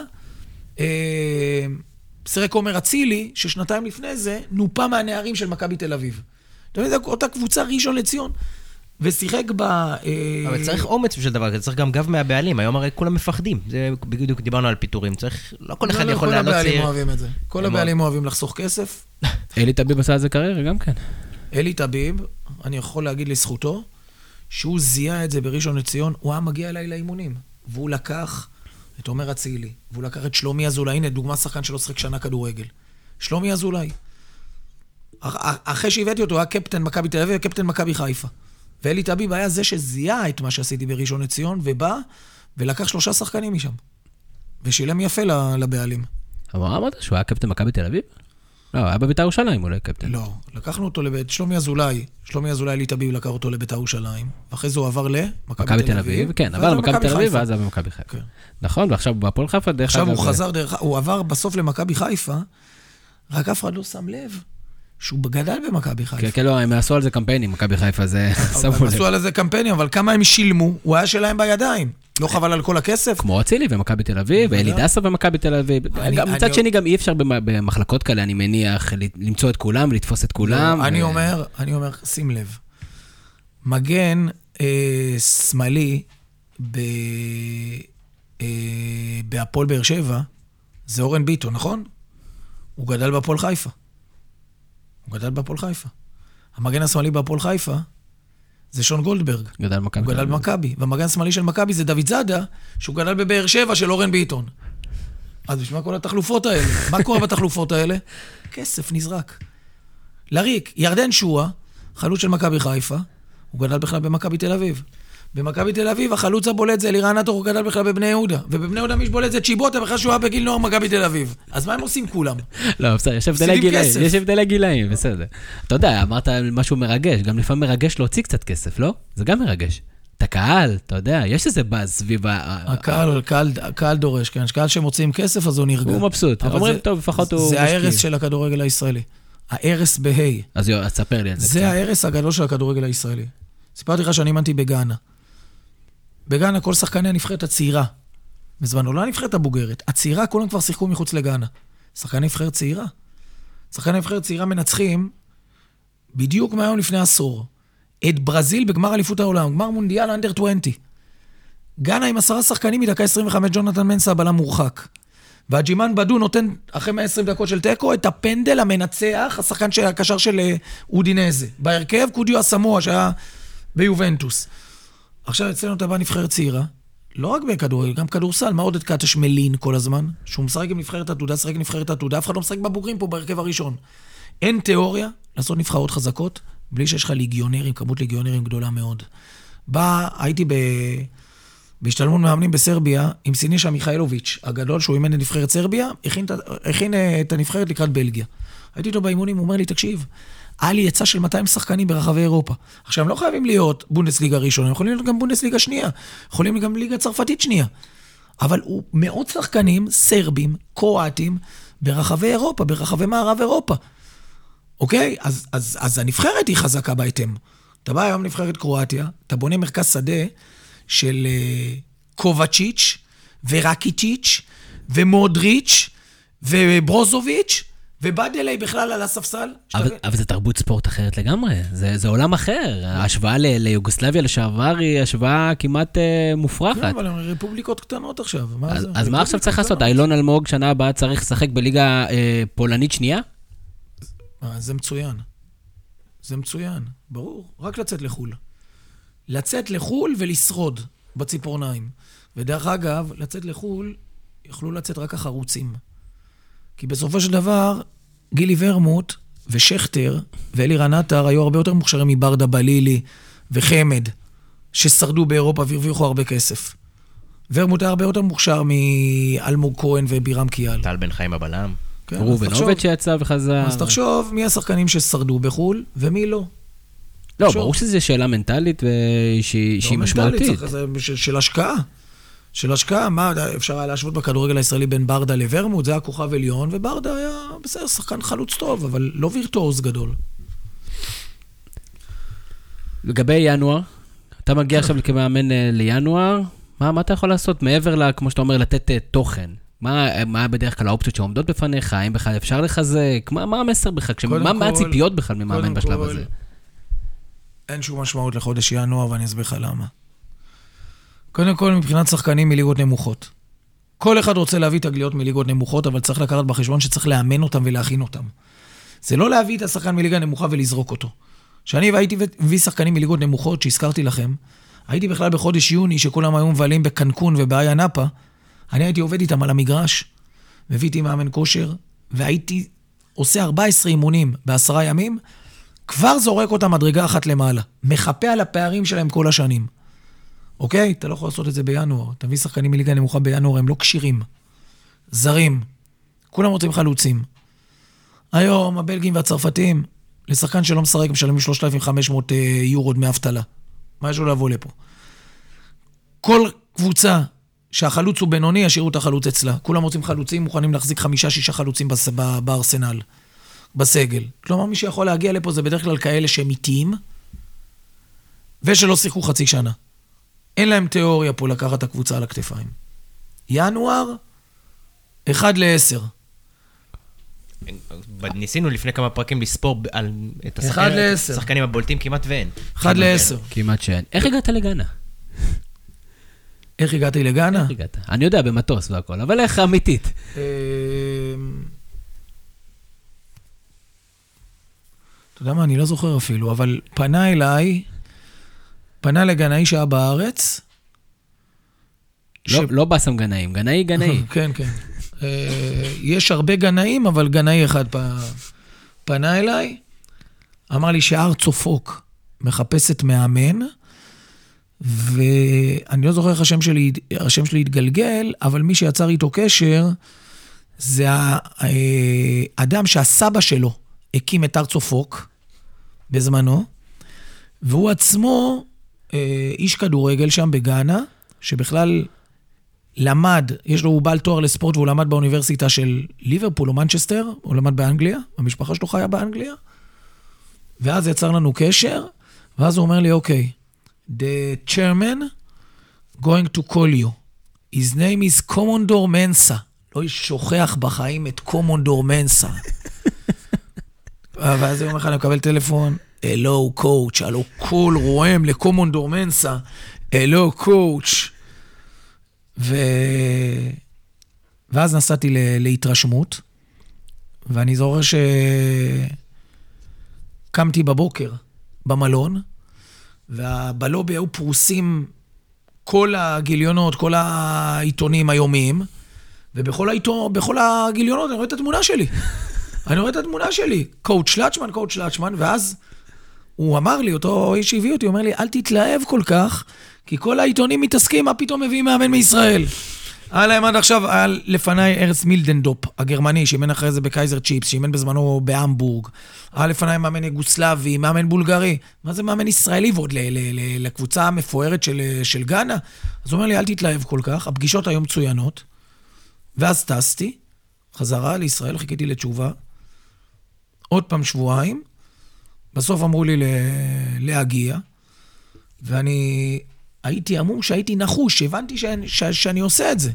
סרק עומר אצילי, ששנתיים לפני זה, נופה מהנערים של מכבי תל אביב. אתה יודע, אותה קבוצה ראשון לציון, ושיחק ב... אבל צריך אומץ בשביל דבר כזה, צריך גם גב מהבעלים, היום הרי כולם מפחדים, זה בדיוק דיברנו על פיתורים, צריך, לא כל אחד יכול לעלות צעיר. כל הבעלים אוהבים את זה, כל הבעלים אוהבים לחסוך כסף. אלי טביב עשה את זה קריירה גם כן. אלי טביב, אני יכול להגיד לזכותו, שהוא זיהה את זה בראשון לציון, הוא היה מגיע אליי לאימונים, והוא לקח את עומר אצילי, והוא לקח את שלומי אזולאי, הנה דוגמה שחקן שלא שחק שנה כדורגל. שלומי אזולאי. אחרי שהבאתי אותו, היה קפטן מכבי תל אביב וקפטן מכבי חיפה. ואלי טביב היה זה שזיהה את מה שעשיתי בראשון לציון, ובא ולקח 3 שחקנים משם. ושילם יפה לבעלים. אבל אמרת שהוא היה קפטן מכבי תל אביב? לא, היה בבית"ר ירושלים אולי קפטן. לא, לקחנו אותו לבית, שלומי אזולאי, אלי טביב לקח אותו לבית"ר ירושלים, ואחרי זה הוא עבר למכבי תל אביב. כן, עבר למכבי תל אביב, ואז היה במכבי חיפה. נכון, ועכשיו הוא בהפועל חיפה, דרך אגב... עכשיו הוא חזר הוא עבר בסוף למכבי חיפה, רק אף אחד לא שם לב שהוא גדל במכבי חיפה. כן, לא, הם עשו על זה קמפיינים, מכבי חיפה, זה שמו לב. הם עשו על זה קמפיינים, אבל כמה הם שילמו, הוא היה שלהם בידיים. לא חבל על כל הכסף. כמו אצילי ומכבי תל אביב, ואלי דסה ומכבי תל אביב. מצד שני, גם אי אפשר במחלקות כאלה, אני מניח, למצוא את כולם, לתפוס את כולם. אני אומר, שים לב, מגן שמאלי בהפועל באר שבע, זה אורן ביטון, נכון? הוא גדל בהפועל חיפה. המגן השמאלי בהפועל חיפה, זה שון גולדברג. הוא גדל במכבי. והמגן השמאלי של מכבי זה דוד זאדה, שהוא גדל בבאר שבע של אורן ביטון. אז בשביל כל התחלופות האלה? מה קורה בתחלופות האלה? כסף נזרק. לריק, ירדן שואה, חלוץ של מכבי חיפה, הוא גדל בכלל במכבי תל אביב. במכבי תל אביב, החלוץ הבולט זה אלירן עטר, הוא גדל בכלל בבני יהודה. ובבני יהודה מי שבולט זה צ'יבוטה, בכלל שהוא היה בגיל נוער מכבי תל אביב. אז מה הם עושים כולם? לא, בסדר, יש הבדלי גילאים, בסדר. אתה יודע, אמרת משהו מרגש, גם לפעמים מרגש להוציא קצת כסף, לא? זה גם מרגש. את הקהל, אתה יודע, יש איזה באז סביב הקהל דורש, כן, קהל שמוצאים כסף, אז הוא נרגע. הוא מבסוט, אומרים, טוב, לפחות הוא... זה ההרס של הכדורגל הישראלי. ההרס בהי. אז תספר לי על זה. זה ההרס הגדול של הכדורגל הישראלי. סיפרתי לך שאני אימנתי בגאנה. בגאנה כל שחקני הנבחרת הצעירה. בזמנו לא הנבחרת הבוגרת. הצעירה, כולם כבר שיחקו מחוץ לגאנה. שחקני נבחרת צעירה. שחקני נבחרת צעירה מנצחים בדיוק מהיום לפני עשור. את ברזיל בגמר אליפות העולם, גמר מונדיאל אנדר 20. גאנה עם 10 שחקנים מדקה 25, ג'ונתן מנסה בלם מורחק. והג'ימן בדו נותן אחרי 120 דקות של טקו את הפנדל המנצח, השחקן של הקשר של אודינזה. בהרכב קודיו אסמואה שהיה ביובנטוס. עכשיו אצלנו אתה בא נבחרת צעירה, לא רק בכדורגל, גם כדורסל, מה עוד את קטש מלין כל הזמן? שהוא משחק עם נבחרת עתודה, שחק עם נבחרת עתודה, אף אחד לא משחק בבוגרים פה בהרכב הראשון. אין תיאוריה לעשות נבחרות חזקות, בלי שיש לך ליגיונרים, כמות ליגיונרים גדולה מאוד. הייתי בהשתלמות מאמנים בסרביה, עם סינישה מיכאילוביץ', הגדול שהוא אימן את נבחרת סרביה, הכין את הנבחרת לקראת בלגיה. הייתי איתו באימונים, הוא אומר לי, תקשיב, היה לי יצא של 200 שחקנים ברחבי אירופה. עכשיו, הם לא חייבים להיות בונדסליגה ראשונה, הם יכולים להיות גם בונדסליגה שנייה, יכולים גם ליגה צרפתית שנייה. אבל הוא מאות שחקנים, סרבים, קרואטים, ברחבי אירופה, ברחבי מערב אירופה. אוקיי? אז הנבחרת היא חזקה בהתאם. אתה בא היום נבחרת קרואטיה, אתה בונה מרכז שדה של קובצ'יץ' ורקיצ'יץ' ומודריץ' וברוזוביץ' ובאדלי בכלל על הספסל. אבל זה תרבות ספורט אחרת לגמרי, זה עולם אחר. ההשוואה ליוגוסלביה לשעבר היא השוואה כמעט מופרכת. כן, אבל הן רפובליקות קטנות עכשיו. אז מה עכשיו צריך לעשות? איילון אלמוג שנה הבאה צריך לשחק בליגה פולנית שנייה? זה מצוין. זה מצוין, ברור. רק לצאת לחול. לצאת לחול ולשרוד בציפורניים. ודרך אגב, לצאת לחול יכלו לצאת רק החרוצים. כי בסופו של דבר, גילי ורמוט ושכטר ואלירן עטר היו הרבה יותר מוכשרים מברדה בלילי וחמד, ששרדו באירופה והרוויחו הרבה כסף. ורמוט היה הרבה יותר מוכשר מאלמוג כהן ובירם קיאל. טל בן חיים הבלם. כן, רובנוביץ' שיצא וחזר. אז תחשוב מי השחקנים ששרדו בחול ומי לא. לא, ברור שזו שאלה מנטלית שהיא משמעותית. של השקעה. של השקעה, מה אפשר היה להשוות בכדורגל הישראלי בין ברדה לוורמוט, זה היה כוכב עליון, וברדה היה בסדר, שחקן חלוץ טוב, אבל לא וירטואוז גדול. לגבי ינואר, אתה מגיע עכשיו כמאמן לינואר, מה אתה יכול לעשות מעבר, כמו שאתה אומר, לתת תוכן? מה בדרך כלל האופציות שעומדות בפניך? האם בכלל אפשר לחזק? מה המסר בכלל? מה הציפיות בכלל ממאמן בשלב הזה? אין שום משמעות לחודש ינואר, ואני אסביר לך למה. קודם כל, מבחינת שחקנים מליגות נמוכות. כל אחד רוצה להביא תגליות מליגות נמוכות, אבל צריך לקחת בחשבון שצריך לאמן אותם ולהכין אותם. זה לא להביא את השחקן מליגה נמוכה ולזרוק אותו. שאני הייתי מביא שחקנים מליגות נמוכות, שהזכרתי לכם, הייתי בכלל בחודש יוני, שכולם היו מבלים בקנקון ובאיה נאפה, אני הייתי עובד איתם על המגרש, מביאתי מאמן כושר, והייתי עושה 14 אימונים ב10 ימים, כבר זורק אותם מדרגה אחת למעלה. מחפה על הפערים שלהם כל השנים. אוקיי? אתה לא יכול לעשות את זה בינואר. תביא שחקנים מליגה נמוכה בינואר, הם לא קשירים. זרים. כולם רוצים חלוצים. היום הבלגים והצרפתים, לשחקן שלא משחק, משלמים 3,500 יורו דמי אבטלה. מה יש לו לבוא לפה? כל קבוצה שהחלוץ הוא בינוני, ישאירו את החלוץ אצלה. כולם רוצים חלוצים, מוכנים להחזיק 5-6 חלוצים בארסנל, בסגל. כלומר, מי שיכול להגיע לפה זה בדרך כלל כאלה שהם איטיים, ושלא שיחקו חצי שנה. אין להם תיאוריה פה לקחת את הקבוצה על הכתפיים. ינואר, 1-10. ניסינו לפני כמה פרקים לספור את השחקנים הבולטים כמעט ואין. 1-10. כמעט שאין. איך הגעת לגנה? איך הגעתי לגנה? איך הגעת? אני יודע, במטוס והכל, אבל איך אמיתית? אתה יודע מה, אני לא זוכר אפילו, אבל פנה לגנאי שהיה בארץ. לא בסם גנאים, גנאי. כן, כן. יש הרבה גנאים, אבל גנאי אחד פנה אליי, אמר לי שהארצו פוק מחפשת מאמן, ואני לא זוכר איך השם שלי התגלגל, אבל מי שיצר איתו קשר, זה האדם שהסבא שלו הקים את ארצו פוק בזמנו, והוא עצמו איש כדורגל שם בגאנה, שבכלל למד, הוא בעל תואר לספורט, והוא למד באוניברסיטה של ליברפול או מנצ'סטר, הוא למד באנגליה, המשפחה שלו חיה באנגליה, ואז יצר לנו קשר, ואז הוא אומר לי, אוקיי, the chairman going to call you. His name is Commodore Mensa. לא שוכח בחיים את Commodore Mensa. ואז הוא אומר לך, אני מקבל טלפון, hello coach, הלו קול רועם לקומונדור מנסה, hello coach. ואז נסעתי להתרשמות, ואני זוכר שקמתי בבוקר במלון, ובלובי היו פרוסים כל הגיליונות, כל העיתונים היומיים, ובכל הגיליונות אני רואה את התמונה שלי. קואוץ' שלאצ'מן, ואז הוא אמר לי, אותו איש שהביא אותי, הוא אומר לי, אל תתלהב כל כך, כי כל העיתונים מתעסקים, מה פתאום מביאים מאמן מישראל? היה להם עד עכשיו, היה לפניי ארץ מילדנדופ, הגרמני, שאימן אחרי זה בקייזר צ'יפס, שאימן בזמנו בהמבורג. היה לפניי מאמן יוגוסלבי, מאמן בולגרי. מה זה מאמן ישראלי? ועוד לקבוצה המפוארת של גאנה. אז הוא אומר לי, אל תתלהב כל כך, הפגישות היום מצוינות. ואז טסתי, חזרה לישראל, חיכיתי לתשובה. עוד פעם שבועיים. בסוף אמרו לי להגיע. ואני הייתי אמור שהייתי נחוש, הבנתי שאני עושה את זה.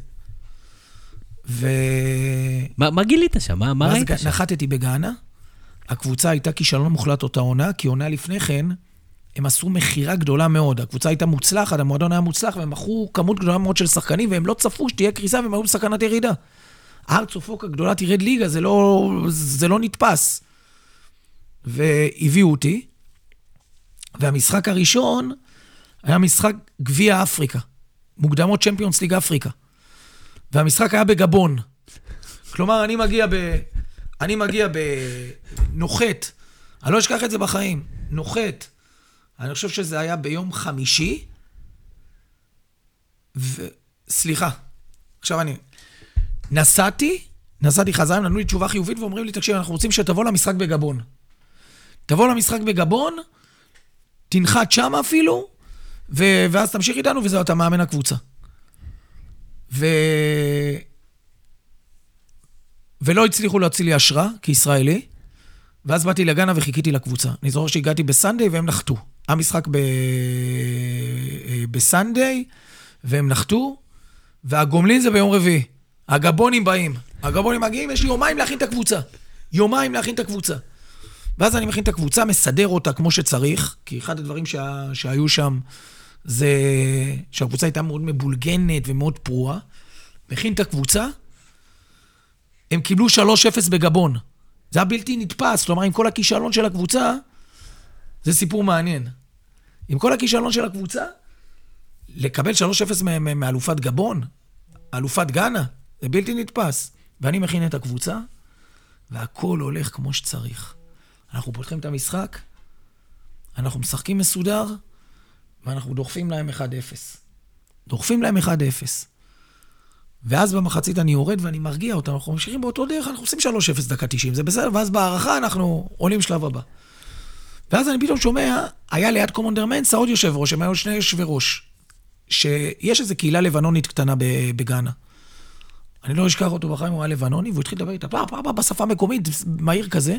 מה גילית שם? מה ראית שם? נחתתי בגאנה, הקבוצה הייתה כישלון מוחלט אותה עונה, כי עונה לפני כן, הם עשו מחירה גדולה מאוד. הקבוצה הייתה מוצלחת, המועדון היה מוצלח, והם מכרו כמות גדולה מאוד של שחקנים, והם לא צפו שתהיה קריסה, והם היו בסכנת ירידה. הארץ ופוק הגדולה תרד ליגה, זה לא נתפס. והביאו אותי, והמשחק הראשון היה משחק גביע אפריקה, מוקדמות צ'מפיונס ליג אפריקה. והמשחק היה בגבון. כלומר, אני מגיע בנוחת, אני לא אשכח את זה בחיים, נוחת, אני חושב שזה היה ביום חמישי, סליחה, עכשיו נסעתי חזרה, נתנו לי תשובה חיובית, ואומרים לי, תקשיב, אנחנו רוצים שתבוא למשחק בגבון. תבוא למשחק בגבון, תנחת שם אפילו, ואז תמשיך איתנו, וזהו, אתה מאמן הקבוצה. ולא הצליחו להוציא לי אשרה, כישראלי, ואז באתי לגאנה וחיכיתי לקבוצה. אני זוכר שהגעתי בסנדיי, והם נחתו. המשחק בסנדיי, והם נחתו, והגומלין זה ביום רביעי. הגבונים באים. הגבונים מגיעים, יש לי יומיים להכין את הקבוצה. יומיים להכין את הקבוצה. ואז אני מכין את הקבוצה, מסדר אותה כמו שצריך, כי אחד הדברים שהיו שם, זה שהקבוצה הייתה מאוד מבולגנת ומאוד פרועה. מכין את הקבוצה, הם קיבלו 3-0 בגבון. זה היה בלתי נתפס, כלומר, עם כל הכישלון של הקבוצה, זה סיפור מעניין. עם כל הכישלון של הקבוצה, לקבל 3-0 מאלופת גבון, אלופת גאנה, זה בלתי נתפס. ואני מכין את הקבוצה, והכל הולך כמו שצריך. אנחנו פותחים את המשחק, אנחנו משחקים מסודר, ואנחנו דוחפים להם 1-0. דוחפים להם 1-0. ואז במחצית אני יורד ואני מרגיע אותם, אנחנו ממשיכים באותו דרך, אנחנו עושים 3-0 דקה 90, זה בסדר, ואז בהערכה אנחנו עולים שלב הבא. ואז אני פתאום שומע, היה ליד קומונדר מנסה עוד יושב ראש, הם היו שני יושבי ראש, שיש איזו קהילה לבנונית קטנה בגאנה. אני לא אשכח אותו בחיים, הוא היה לבנוני, והוא התחיל לדבר איתה, בשפה מקומית, מהיר כזה.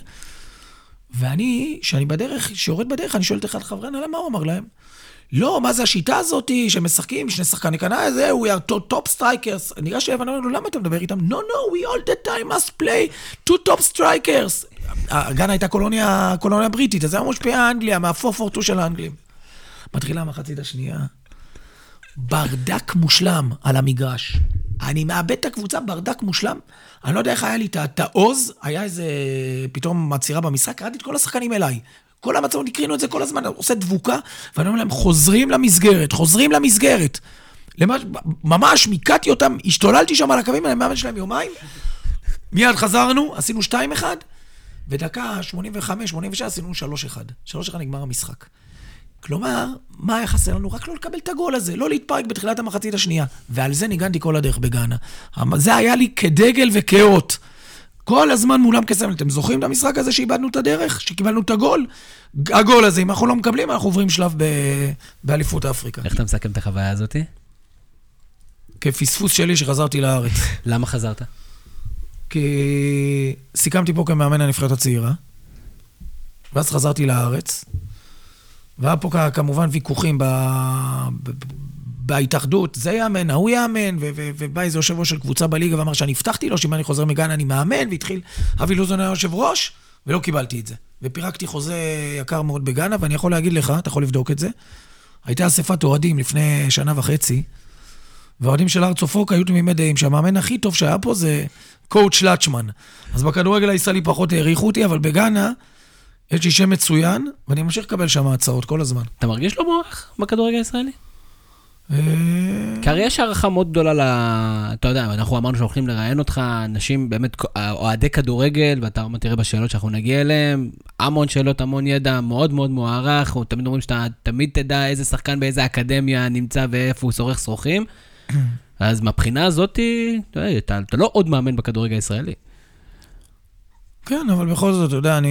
ואני, שאני בדרך, שיורד בדרך, אני שואל את אחד חברי הנהלה, מה הוא אמר להם? לא, מה זה השיטה הזאת שמשחקים, שני שחקני קנה, זה, we are top strikers. ניגש לי לבנוני, לא, למה אתה מדבר איתם? No, we all the time must play two top strikers. גאנה הייתה קולוניה בריטית, אז זה היה משפיע האנגליה, מהפורפורטו של האנגלים. מתחילה המחצית השנייה. ברדק מושלם על המגרש. אני מאבד את הקבוצה ברדק מושלם. אני לא יודע איך היה לי את העוז, היה איזה פתאום מצירה במשחק, קראתי את כל השחקנים אליי. כל המצב, נקרינו את זה כל הזמן, עושה דבוקה, ואני אומר להם, חוזרים למסגרת. ממש מיקעתי אותם, השתוללתי שם על הקווים, אני מאמן שלהם יומיים, מיד חזרנו, עשינו 2-1, ודקה 85-86 עשינו 3-1. 3-1 נגמר המשחק. כלומר, מה היה חסר לנו? רק לא לקבל את הגול הזה, לא להתפרק בתחילת המחצית השנייה. ועל זה ניגנתי כל הדרך בגאנה. זה היה לי כדגל וכאות. כל הזמן מולם כסמל. אתם זוכרים את המשחק הזה שאיבדנו את הדרך? שקיבלנו את הגול? הגול הזה, אם אנחנו לא מקבלים, אנחנו עוברים שלב באליפות אפריקה. איך אתה מסכם את החוויה הזאת? כפספוס שלי שחזרתי לארץ. למה חזרת? כי סיכמתי פה כמאמן הנבחרת הצעירה, ואז חזרתי לארץ, והיה פה כמובן ויכוחים בהתאחדות, זה יאמן, ההוא יאמן, ובא איזה יושב ראש של קבוצה בליגה, ואמר שאני הבטחתי לו, שאם אני חוזר מגאנה אני מאמן, והתחיל, אבי לוזון היה יושב ראש, ולא קיבלתי את זה. ופירקתי חוזה יקר מאוד בגאנה, ואני יכול להגיד לך, אתה יכול לבדוק את זה, הייתה אספת אוהדים לפני 1.5 שנה, והאוהדים של ארצו פוק היו תמימי דעים, שהמאמן הכי טוב שהיה פה זה קואוץ' לצ'מן. אז בכדורגל הישראלי פחות העריכו אותי, אבל בגאנה יש לי שם מצוין, ואני ממשיך לקבל שם הצעות כל הזמן. אתה מרגיש לא מוערך בכדורגל הישראלי? כי הרי יש הערכה מאוד גדולה אתה יודע, אנחנו אמרנו שהולכים לראיין אותך, אנשים באמת אוהדי כדורגל, ואתה תראה בשאלות שאנחנו נגיע אליהם, המון שאלות, המון ידע, מאוד מאוד מוערך, תמיד אומרים שאתה תמיד תדע איזה שחקן באיזה אקדמיה נמצא ואיפה הוא שורח שרוכים, אז מהבחינה הזאת, אתה לא עוד מאמן בכדורגל הישראלי. כן, אבל בכל זאת, אתה יודע,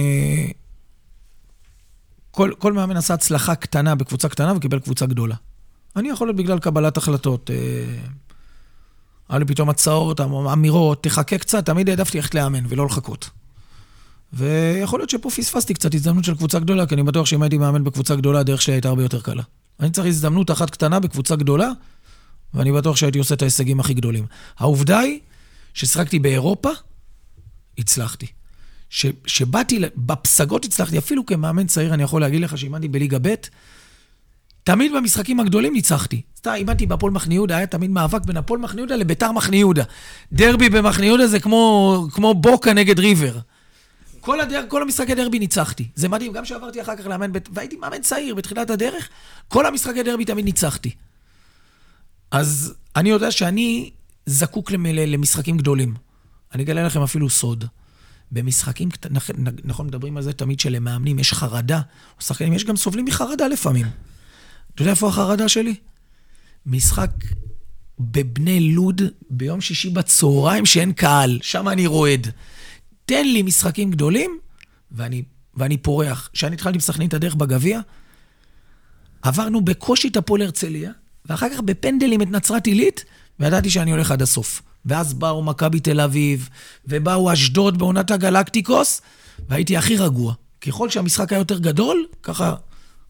כל מאמן עשה הצלחה קטנה בקבוצה קטנה וקיבל קבוצה גדולה. אני יכול להיות בגלל קבלת החלטות. היה לי פתאום הצעות, אמירות, תחכה קצת, תמיד העדפתי ללכת לאמן ולא לחכות. ויכול להיות שפה פספסתי קצת הזדמנות של קבוצה גדולה, כי אני בטוח שאם הייתי מאמן בקבוצה גדולה, הדרך שלי הייתה הרבה יותר קלה. אני צריך הזדמנות אחת קטנה בקבוצה גדולה, ואני בטוח שהייתי עושה את ההישגים הכי גדולים. העובדה היא ששחקתי באירופה, הצלחתי. שבאתי, בפסגות הצלחתי, אפילו כמאמן צעיר, אני יכול להגיד לך שאימנתי בליגה ב', תמיד במשחקים הגדולים ניצחתי. אימנתי בהפועל מחנה יהודה, היה תמיד מאבק בין הפועל מחנה יהודה לביתר מחנה יהודה. דרבי במחנה יהודה זה כמו בוקה נגד ריבר. כל המשחקי דרבי ניצחתי. זה מדהים, גם שעברתי אחר כך לאמן, והייתי מאמן צעיר בתחילת הדרך, כל המשחקי דרבי תמיד ניצחתי. אז אני יודע שאני זקוק למשחקים גדולים. אני אגלה לכם אפילו סוד. במשחקים, נכון, מדברים על זה תמיד שלמאמנים יש חרדה, או שחקנים, יש גם סובלים מחרדה לפעמים. אתה יודע איפה החרדה שלי? משחק בבני לוד ביום שישי בצהריים שאין קהל, שם אני רועד. תן לי משחקים גדולים, ואני פורח. כשאני התחלתי בסכנין את הדרך בגביע, עברנו בקושי את הפועל הרצליה, ואחר כך בפנדלים את נצרת עילית, וידעתי שאני הולך עד הסוף. ואז באו מכבי תל אביב, ובאו אשדוד בעונת הגלקטיקוס, והייתי הכי רגוע. ככל שהמשחק היה יותר גדול, ככה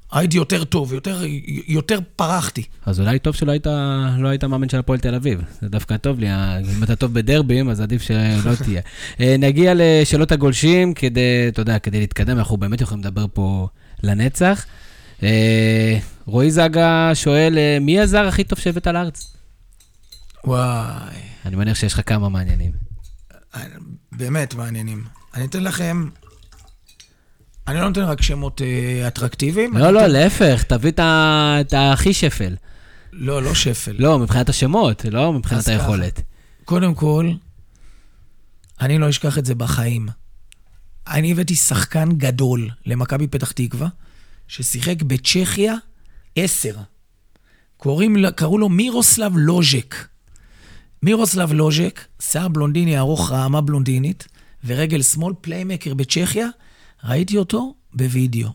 הייתי יותר טוב, יותר פרחתי. אז אולי טוב שלא היית מאמן של הפועל תל אביב. זה דווקא טוב לי. אם אתה טוב בדרבים, אז עדיף שלא תהיה. נגיע לשאלות הגולשים, כדי להתקדם, אנחנו באמת יכולים לדבר פה לנצח. רועי זגה שואל, מי הזר הכי טוב שהבאת לארץ? וואי. אני מניח שיש לך כמה מעניינים. באמת מעניינים. אני אתן לכם... אני לא נותן רק שמות אטרקטיביים. לא, להפך, תביא את הכי שפל. לא שפל. לא, מבחינת השמות, לא מבחינת היכולת. קודם כל, אני לא אשכח את זה בחיים. אני הבאתי שחקן גדול למכבי פתח תקווה, ששיחק בצ'כיה 10. קראו לו מירוסלב לוז'ק. מירוסלב לוז'ק, שיער בלונדיני ארוך, רעמה בלונדינית, ורגל שמאל, פליימקר בצ'כיה, ראיתי אותו בווידאו.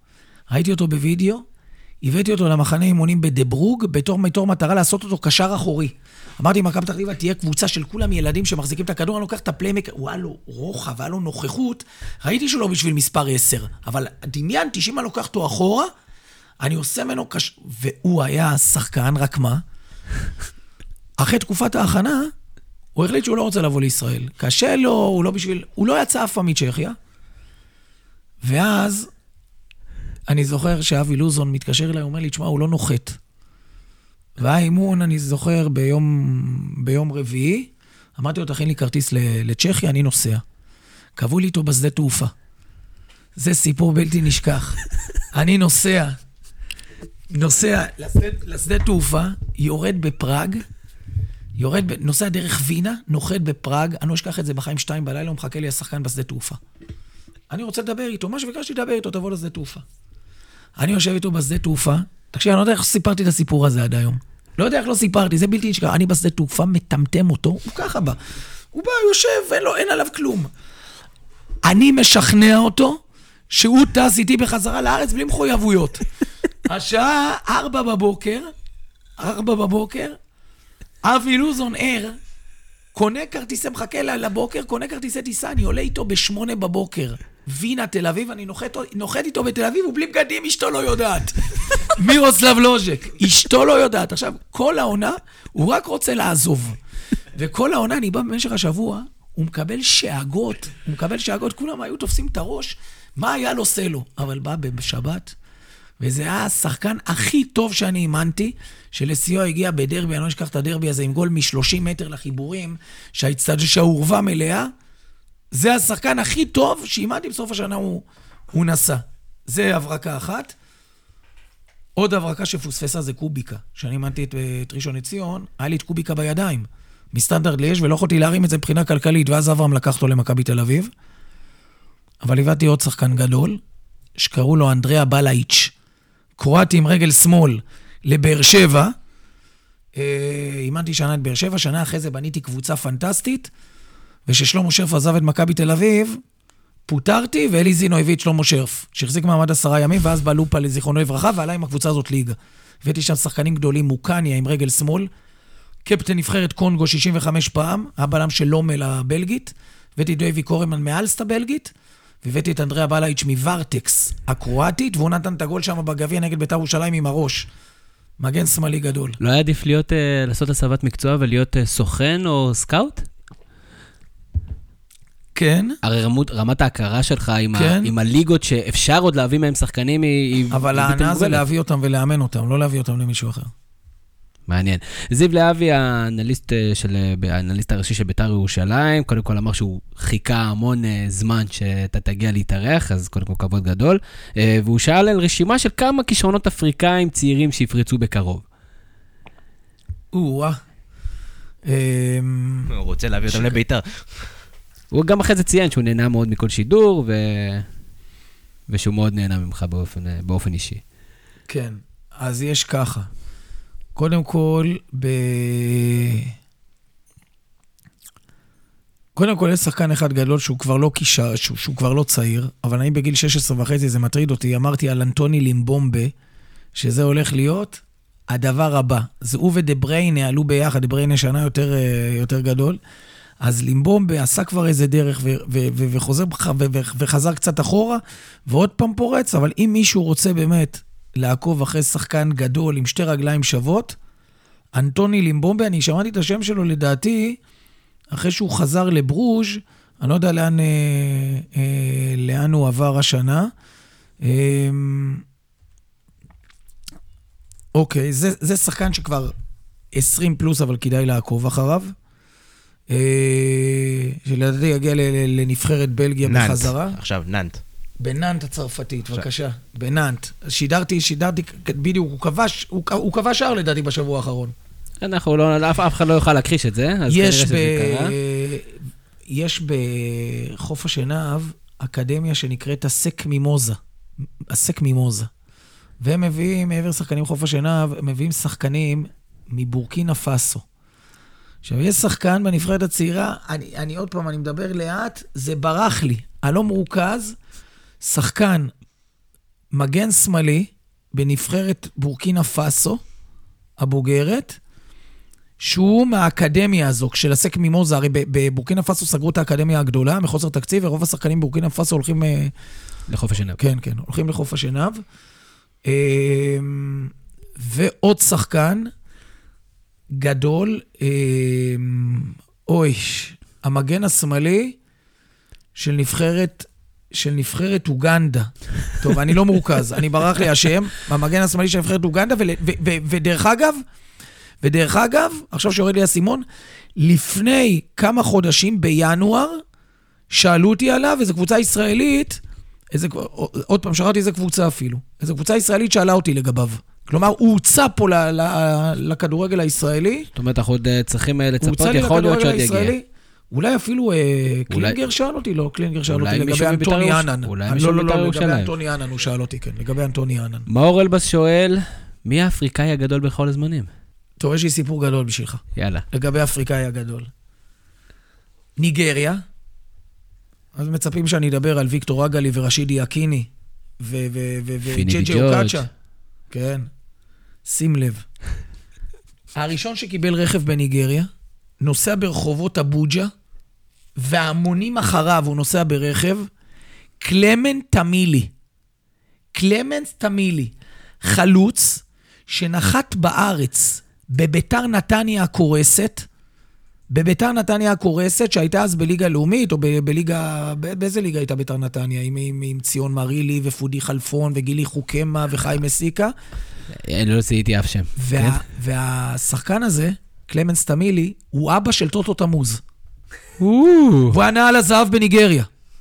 הבאתי אותו למחנה אימונים בדברוג, בתור מטרה לעשות אותו קשר אחורי. אמרתי, מכבי פתח תקווה תהיה קבוצה של כולם ילדים שמחזיקים את הכדור, אני לוקח את הפליימקר, הוא היה לו רוחב, היה לו נוכחות, ראיתי שהוא לא בשביל מספר 10, אבל דמיינתי שאם אני לוקח אותו אחורה, אני עושה ממנו והוא היה שחקן, רק מה? אחרי תקופת ההכנה, הוא החליט שהוא לא רוצה לבוא לישראל. קשה לו, הוא לא יצא אף פעם מצ'כיה, ואז אני זוכר שאבי לוזון מתקשר אליי, הוא אומר לי, תשמע, הוא לא נוחת. והאימון, אני זוכר, ביום רביעי, אמרתי לו, תכין לי כרטיס לצ'כיה, אני נוסע. קבעו לי איתו בשדה תעופה. זה סיפור בלתי נשכח. אני נוסע לשדה תעופה, יורד בפראג, נוסע דרך וינה, נוחת בפראג, אני לא אשכח את זה בחיים 2 בלילה, הוא מחכה לי השחקן בשדה תעופה. אני רוצה לדבר איתו, מה שביקשתי לדבר איתו, תבוא לשדה תעופה. אני יושב איתו בשדה תעופה, תקשיב, אני לא יודע איך סיפרתי את הסיפור הזה עד היום. לא יודע איך לא סיפרתי, זה בלתי נשכח. אני בשדה תעופה, מטמטם אותו, הוא ככה בא. הוא בא, יושב, אין עליו כלום. אני משכנע אותו שהוא טס איתי בחזרה לארץ בלי מחויבויות. השעה 4 בבוקר, אבי לוזון ער, קונה כרטיסי, מחכה לבוקר, קונה כרטיסי טיסה, אני עולה איתו ב8 בבוקר. וינה, תל אביב, אני נוחת איתו בתל אביב, ובלי בגדים, אשתו לא יודעת. מירוסלב לוז'ק, אשתו לא יודעת. עכשיו, כל העונה, הוא רק רוצה לעזוב. וכל העונה, אני בא במשך השבוע, הוא מקבל שאגות, כולם היו תופסים את הראש, מה היה לו סלו? אבל בא בשבת, וזה היה השחקן הכי טוב שאני אימנתי, שלסיוע הגיע בדרבי, אני לא אשכח את הדרבי הזה, עם גול מ-30 מטר לחיבורים, שהעורבה מלאה, זה השחקן הכי טוב שאימנתי בסוף השנה הוא נסע. זה הברקה אחת. עוד הברקה שפוספסה זה קוביקה. כשאני אימנתי את ראשון לציון, היה לי את קוביקה בידיים, מסטנדרט ליש, ולא יכולתי להרים את זה מבחינה כלכלית, ואז אברהם לקח אותו למכבי תל אביב. אבל הבאתי עוד שחקן גדול, שקראו לו אנדריאה בלאיץ', קרואטי עם רגל שמאל לבאר שבע. אימנתי שנה את באר שבע, שנה אחרי זה בניתי קבוצה פנטסטית, וששלמה שרף עזב את מכבי תל אביב, פוטרתי, ואלי זינו הביא את שלמה שרף, שהחזיק מעמד 10 ימים, ואז בא לופה לזיכרונו לברכה, ועלה עם הקבוצה הזאת ליגה. הבאתי שם שחקנים גדולים, מוקניה עם רגל שמאל, קפטן נבחרת קונגו 65 פעם, הבלם של לומל הבלגית, הבאתי דויבי קורמן מאלסט הבלגית, והבאתי את אנדריאה בלאיץ' מוורטקס הקרואטית, והוא נתן את הגול שם בגביע נגד בית"ר ירושלים עם הראש. מגן שמאלי גדול. לא היה עדיף לעשות הסבת מקצוע ולהיות סוכן או סקאוט? כן. הרי רמת ההכרה שלך עם הליגות שאפשר עוד להביא מהם שחקנים היא... אבל הענה זה להביא אותם ולאמן אותם, לא להביא אותם למישהו אחר. מעניין. זיו להבי, האנליסט הראשי של בית"ר ירושלים, קודם כל אמר שהוא חיכה המון זמן שאתה תגיע להתארח, אז קודם כל כבוד גדול, והוא שאל על רשימה של כמה כישרונות אפריקאים צעירים שיפרצו בקרוב. הוא רוצה להביא אותם לבית"ר. הוא גם אחרי זה ציין שהוא נהנה מאוד מכל שידור, ושהוא מאוד נהנה ממך באופן אישי. כן, אז יש ככה. קודם כל, יש שחקן אחד גדול שהוא כבר לא קישר, שהוא כבר לא צעיר, אבל אני בגיל 16.5, זה מטריד אותי, אמרתי על אנטוני לימבומבה, שזה הולך להיות הדבר הבא. זה הוא ודבריינה עלו ביחד, דבריינה שנה יותר גדול, אז לימבומבה עשה כבר איזה דרך וחזר קצת אחורה, ועוד פעם פורץ, אבל אם מישהו רוצה באמת לעקוב אחרי שחקן גדול עם 2 רגליים שוות, אנטוני לימבומבה, אני שמעתי את השם שלו לדעתי, אחרי שהוא חזר לברוז', אני לא יודע לאן הוא עבר השנה. אוקיי, זה שחקן שכבר 20 פלוס, אבל כדאי לעקוב אחריו. שלדעתי יגיע לנבחרת בלגיה בחזרה. עכשיו, ננט. בננט הצרפתית, בבקשה. בננט. שידרתי, בדיוק, הוא כבש שער לדעתי בשבוע האחרון. אנחנו לא, אף אחד לא יוכל להכחיש את זה, אז כנראה שזה קרה. יש בחוף השנהב אקדמיה שנקראת הסק מימוזה. והם מביאים, מעבר שחקנים חוף השנהב, הם מביאים שחקנים מבורקינה פאסו. עכשיו, יש שחקן בנבחרת הצעירה, אני עוד פעם, אני מדבר לאט, זה ברח לי. הלא מרוכז, שחקן מגן שמאלי בנבחרת בורקינה פאסו, הבוגרת, שהוא מהאקדמיה הזו, של הסק מימוזה, הרי בבורקינה פאסו סגרו את האקדמיה הגדולה, מחוסר תקציב, ורוב השחקנים בבורקינה פאסו הולכים... לחוף השנהב. כן, כן, הולכים לחוף השנהב. ועוד שחקן גדול, המגן השמאלי של נבחרת אוגנדה. טוב, אני לא מורכז, אני ברח לי השם, המגן השמאלי של נבחרת אוגנדה, ודרך אגב, עכשיו שיורד לי הסימון, לפני כמה חודשים בינואר, שאלו אותי עליו, איזו קבוצה ישראלית, עוד פעם שרתי איזו קבוצה אפילו, איזו קבוצה ישראלית שאלה אותי לגביו. כלומר, הוא הוצא פה לכדורגל הישראלי. זאת אומרת, אנחנו עוד צריכים לצפות, יכול להיות שעוד יגיע. אולי אפילו קלינגר שאל אותי, לא, קלינגר שאל אותי לגבי אנטוני אנן. לא, לגבי אנטוני אנן, הוא שאל אותי, כן, לגבי אנטוני אנן. מאור אלבס שואל, מי האפריקאי הגדול בכל הזמנים? טוב, יש לי סיפור גדול בשבילך. יאללה. לגבי האפריקאי הגדול. ניגריה, אז מצפים שאני אדבר על ויקטור אגלי ורשידי יקיני, וג'ג'ה אוקאצ'ה. כן. שים לב. הראשון שקיבל רכב בניגריה, נוסע ברחובות אבוג'ה, והמונים אחריו הוא נוסע ברכב, קלמנט תמילי. קלמנט תמילי. חלוץ שנחת בארץ בביתר נתניה הקורסת, בביתר נתניה הקורסת, שהייתה אז בליגה לאומית, או בליגה, באיזה ליגה הייתה ביתר נתניה? עם ציון מרילי ופודי חלפון וגילי חוקמה וחיים מסיקה. אני לא צייתי אף שם. והשחקן הזה, קלמנס תמילי, הוא אבא של טוטו תמוז. הוא ענה על הזהב בניגריה.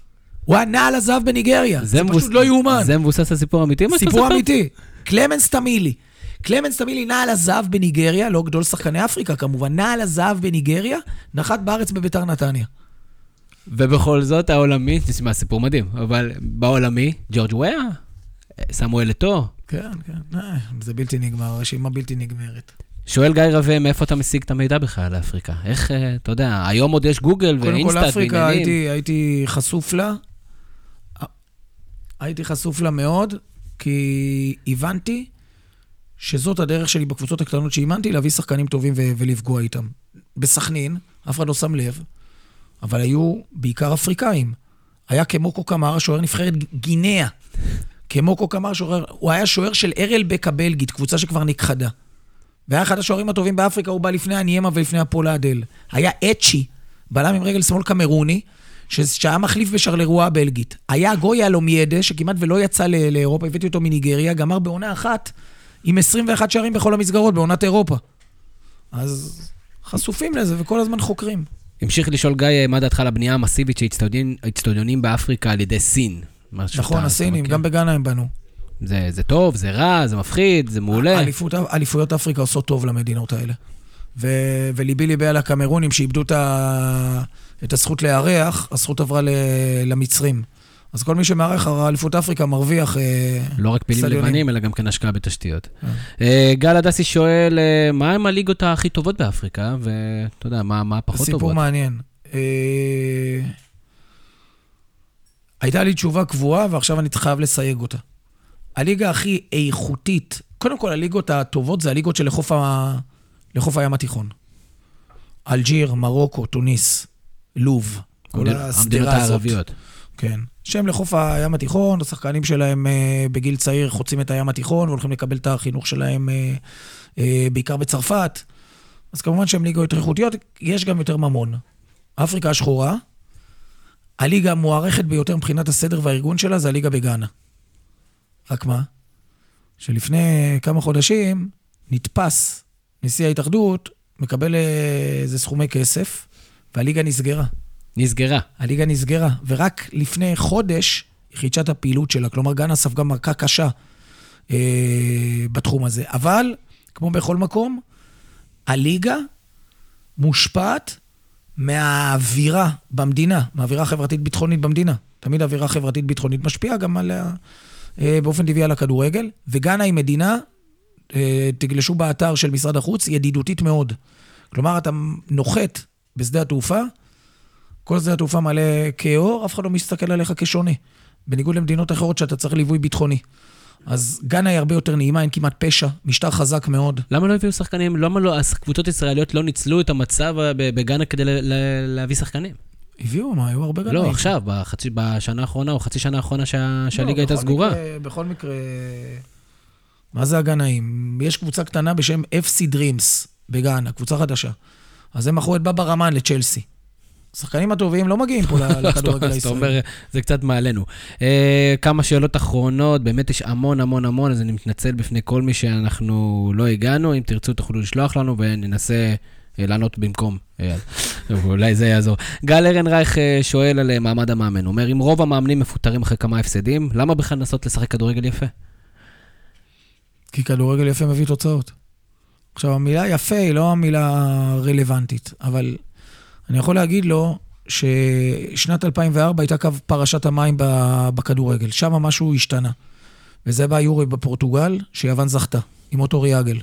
זה פשוט לא יאומן. זה מבוסס על סיפור אמיתי? סיפור אמיתי. קלמנס תמילי נע על הזהב בניגריה, לא גדול שחקני אפריקה כמובן, נע על הזהב בניגריה, נחת בארץ בביתר נתניה. ובכל זאת העולמי, תשמע, סיפור מדהים, אבל בעולמי, ג'ורג' וויה, סמואל אתו. כן, זה בלתי נגמר, רשימה בלתי נגמרת. שואל גיא רווה, מאיפה אתה משיג את המידע בכלל לאפריקה? איך, אתה יודע, היום עוד יש גוגל ואינסטאט ועניינים. קודם כל, אפריקה הייתי חשוף לה מאוד, כי הבנתי שזאת הדרך שלי בקבוצות הקטנות שאימנתי, להביא שחקנים טובים ולפגוע איתם. בסכנין, אף אחד לא שם לב, אבל היו בעיקר אפריקאים. היה כמוקו קמר, שוער נבחרת גינאה. כמוקו קמר, הוא היה שוער של ארלבק הבלגית, קבוצה שכבר נכחדה. והיה אחד השוערים הטובים באפריקה, הוא בא לפני הניימה ולפני הפולה אדל. היה אצ'י, בלם עם רגל שמאל קמרוני, שהיה מחליף בשרלרואה הבלגית. היה גויה לומיידה, שכמעט ולא יצא לאירופה, הבאתי אותו מניגריה, גמר בעונה אחת, עם 21 שערים בכל המסגרות, בעונת אירופה. אז חשופים לזה, וכל הזמן חוקרים. המשיך לשאול גיא, מה דעתך לבנייה המסיבית שהצטדיונים באפריקה על ידי סין? נכון, הסינים, גם בגאנה הם בנו. זה טוב, זה רע, זה מפחיד, זה מעולה. אליפויות אפריקה עושות טוב למדינות האלה. וליבי על הקמרונים שאיבדו את הזכות לארח, הזכות עברה למצרים. אז כל מי שמארח אליפות אפריקה מרוויח לא רק פילים לבנים, אלא גם כן השקעה בתשתיות. גל הדסי שואל, מה הם הליגות הכי טובות באפריקה, ואתה יודע, מה פחות טובות? סיפור מעניין. הייתה לי תשובה קבועה, ועכשיו אני חייב לסייג אותה. הליגה הכי איכותית, קודם כל הליגות הטובות, זה הליגות של לחוף הים התיכון. אלג'יר, מרוקו, טוניס, לוב, כל הסדרה הזאת. המדינות הערביות. כן. שהם לחוף הים התיכון, השחקנים שלהם בגיל צעיר חוצים את הים התיכון, והולכים לקבל את החינוך שלהם בעיקר בצרפת. אז כמובן שהם ליגות יותר איכותיות, יש גם יותר ממון. אפריקה השחורה, הליגה המוערכת ביותר מבחינת הסדר והארגון שלה, זה הליגה בגאנה. רק מה? שלפני כמה חודשים נתפס נשיא ההתאחדות, מקבל איזה סכומי כסף, והליגה נסגרה. נסגרה. הליגה נסגרה, ורק לפני חודש היא חידשה את הפעילות שלה, כלומר גאנה ספגה מכה קשה בתחום הזה. אבל, כמו בכל מקום, הליגה מושפעת מהאווירה במדינה, מהאווירה חברתית-ביטחונית במדינה. תמיד האווירה חברתית-ביטחונית משפיעה גם באופן טבעי על הכדורגל, וגאנה היא מדינה, תגלשו באתר של משרד החוץ, ידידותית מאוד. כלומר, אתה נוחת בשדה התעופה, כל שדה התעופה מלא כאור, אף אחד לא מסתכל עליך כשונה. בניגוד למדינות אחרות שאתה צריך ליווי ביטחוני. אז גאנה היא הרבה יותר נעימה, אין כמעט פשע, משטר חזק מאוד. למה לא הביאו שחקנים? למה לא, הקבוצות ישראליות לא ניצלו את המצב בגאנה כדי להביא שחקנים? הביאו, מה? היו הרבה גנאים. לא, עכשיו, בשנה האחרונה, או חצי שנה האחרונה שהליגה הייתה סגורה. בכל מקרה, מה זה הגנאים? יש קבוצה קטנה בשם FC Dreams בגאנה, קבוצה חדשה. אז הם מכרו את בבא רמן לצ'לסי. השחקנים הטובים לא מגיעים פה לכדורגל הישראלי. אתה אומר, זה קצת מעלינו. כמה שאלות אחרונות, באמת יש המון המון המון, אז אני מתנצל בפני כל מי שאנחנו לא הגענו, אם תרצו תוכלו לשלוח לנו וננסה לענות במקום. אולי זה יעזור. גל ארנרייך שואל על מעמד המאמן. הוא אומר, אם רוב המאמנים מפוטרים אחרי כמה הפסדים, למה בכלל לנסות לשחק כדורגל יפה? כי כדורגל יפה מביא תוצאות. עכשיו, המילה יפה היא לא המילה רלוונטית, אבל אני יכול להגיד לו ששנת 2004 הייתה קו פרשת המים בכדורגל. שם משהו השתנה. וזה ביורו בפורטוגל, שיוון זכתה, עם אותו ריאגל.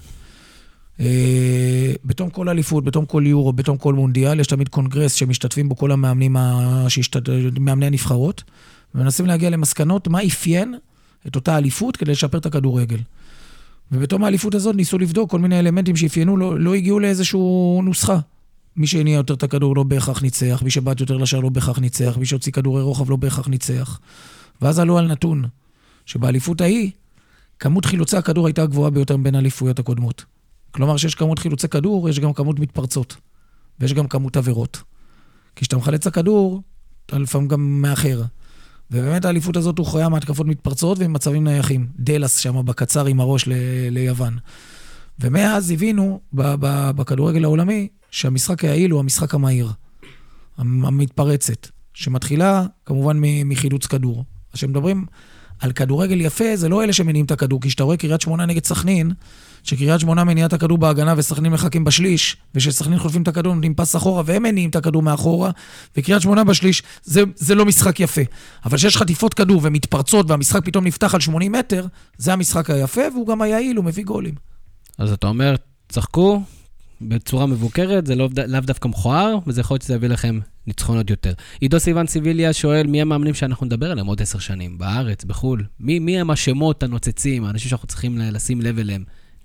בתום כל אליפות, בתום כל יורו, בתום כל מונדיאל, יש תמיד קונגרס שמשתתפים בו כל המאמנים, מאמני הנבחרות, ומנסים להגיע למסקנות מה אפיין את אותה אליפות כדי לשפר את הכדורגל. ובתום האליפות הזאת ניסו לבדוק כל מיני אלמנטים שאפיינו, לא הגיעו לאיזשהו נוסחה. מי שהניע יותר את הכדור לא בהכרח ניצח, מי שבאת יותר לשער לא בהכרח ניצח, מי שהוציא כדורי רוחב לא בהכרח ניצח. ואז עלו על נתון, שבאליפות ההיא, כמות חילוצי הכדור הייתה גבוהה ביותר בין האליפויות הקודמות. כלומר שיש כמות חילוצי כדור, יש גם כמות מתפרצות, ויש גם כמות עבירות. כי כשאתה מחלץ הכדור, אתה לפעמים גם מאחר. ובאמת האליפות הזאת הוכרעה מהתקפות מתפרצות ועם מצבים נייחים. דלס שם בקצר עם הראש ליוון. ומאז הבינו בכדורגל העולמי שהמשחק היעיל הוא המשחק המהיר, המתפרצת, שמתחילה כמובן מחילוץ כדור. אז כשמדברים על כדורגל יפה, זה לא אלה שמניעים את הכדור, כי כשאתה רואה קריית שמונה נגד סכנין, שקריית שמונה מניעה את הכדור בהגנה וסכנין מחכים בשליש, ושסכנין חולפים את הכדור, נותנים פס אחורה, והם מניעים את הכדור מאחורה, וקריית שמונה בשליש, זה לא משחק יפה. אבל שיש חטיפות כדור ומתפרצות, והמשחק פתאום נפתח על 80 מטר, זה המשחק היפה, והוא גם היעיל, הוא מביא גולים. אז אתה אומר, צחקו בצורה מבוקרת, זה לאו דווקא מכוער, וזה יכול להיות שזה יביא לכם ניצחונות יותר. עידו סיוון סיביליה שואל, מי המאמנים שאנחנו נדבר עליהם עוד 10 שנים, בארץ, בחול? מי הם השמות הנוצצים, האנשים שאנחנו צריכים לשים לב אליהם?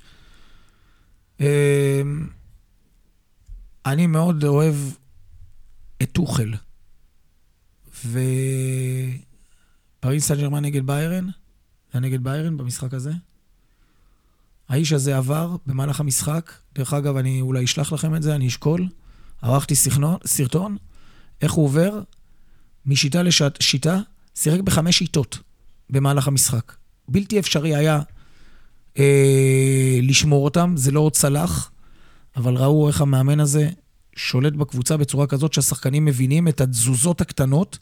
אני מאוד אוהב את טוחל. פריז סן ז'רמן נגד ביירן, נגד ביירן במשחק הזה. האיש הזה עבר במהלך המשחק, דרך אגב, אני אולי אשלח לכם את זה, אני אשקול, ערכתי סרטון, איך הוא עובר משיטה לשיטה, שיחק ב5 שיטות במהלך המשחק. בלתי אפשרי היה לשמור אותם, זה לא עוד צלח, אבל ראו איך המאמן הזה שולט בקבוצה בצורה כזאת שהשחקנים מבינים את התזוזות הקטנות,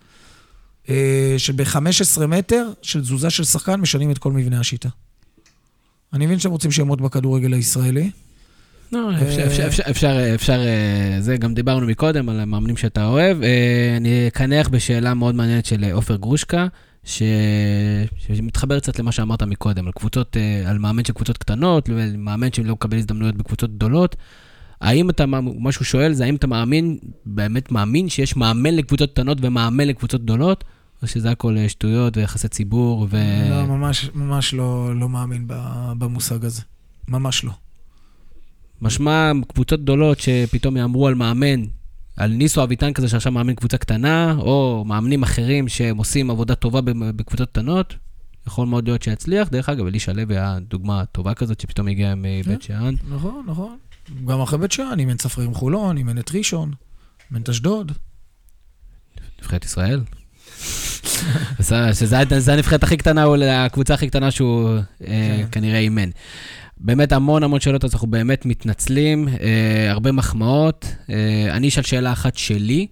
שב-15 מטר של תזוזה של שחקן משנים את כל מבנה השיטה. אני מבין שאתם רוצים שמות בכדורגל הישראלי. לא, אפשר, זה גם דיברנו מקודם על המאמנים שאתה אוהב. אני אקנח בשאלה מאוד מעניינת של עופר גרושקה, שמתחבר קצת למה שאמרת מקודם, על מאמן של קבוצות קטנות, מאמן שלא מקבל הזדמנויות בקבוצות גדולות. האם אתה, משהו שואל, זה האם אתה באמת מאמין שיש מאמן לקבוצות קטנות ומאמן לקבוצות גדולות? או שזה הכל שטויות ויחסי ציבור לא, ממש לא מאמין במושג הזה. ממש לא. משמע קבוצות גדולות שפתאום יאמרו על מאמן, על ניסו אביטן כזה שעכשיו מאמין קבוצה קטנה, או מאמנים אחרים שהם עושים עבודה טובה בקבוצות קטנות, יכול מאוד להיות שיצליח. דרך אגב, אלישע לוי היה דוגמה טובה כזאת, שפתאום הגיע מבית שאן. נכון, נכון. גם אחרי בית שאן, אימן צפרים חולון, אימן את ראשון, אימן את אשדוד. נבחרת ישראל. שזה הנבחרת הכי קטנה, או הקבוצה הכי קטנה שהוא כנראה אימן. באמת המון שאלות, אז אנחנו באמת מתנצלים, הרבה מחמאות. אני אשאל שאלה אחת שלי,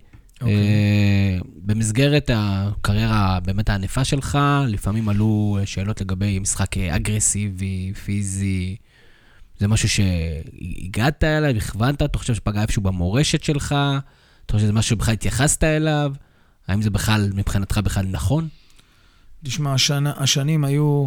במסגרת הקריירה באמת הענפה שלך, לפעמים עלו שאלות לגבי משחק אגרסיבי, פיזי, זה משהו שהגעת אליו, הכוונת, אתה חושב שפגע איפשהו במורשת שלך, אתה חושב שזה משהו שבכלל התייחסת אליו, האם זה בכלל, מבחינתך בכלל נכון? תשמע, השנים היו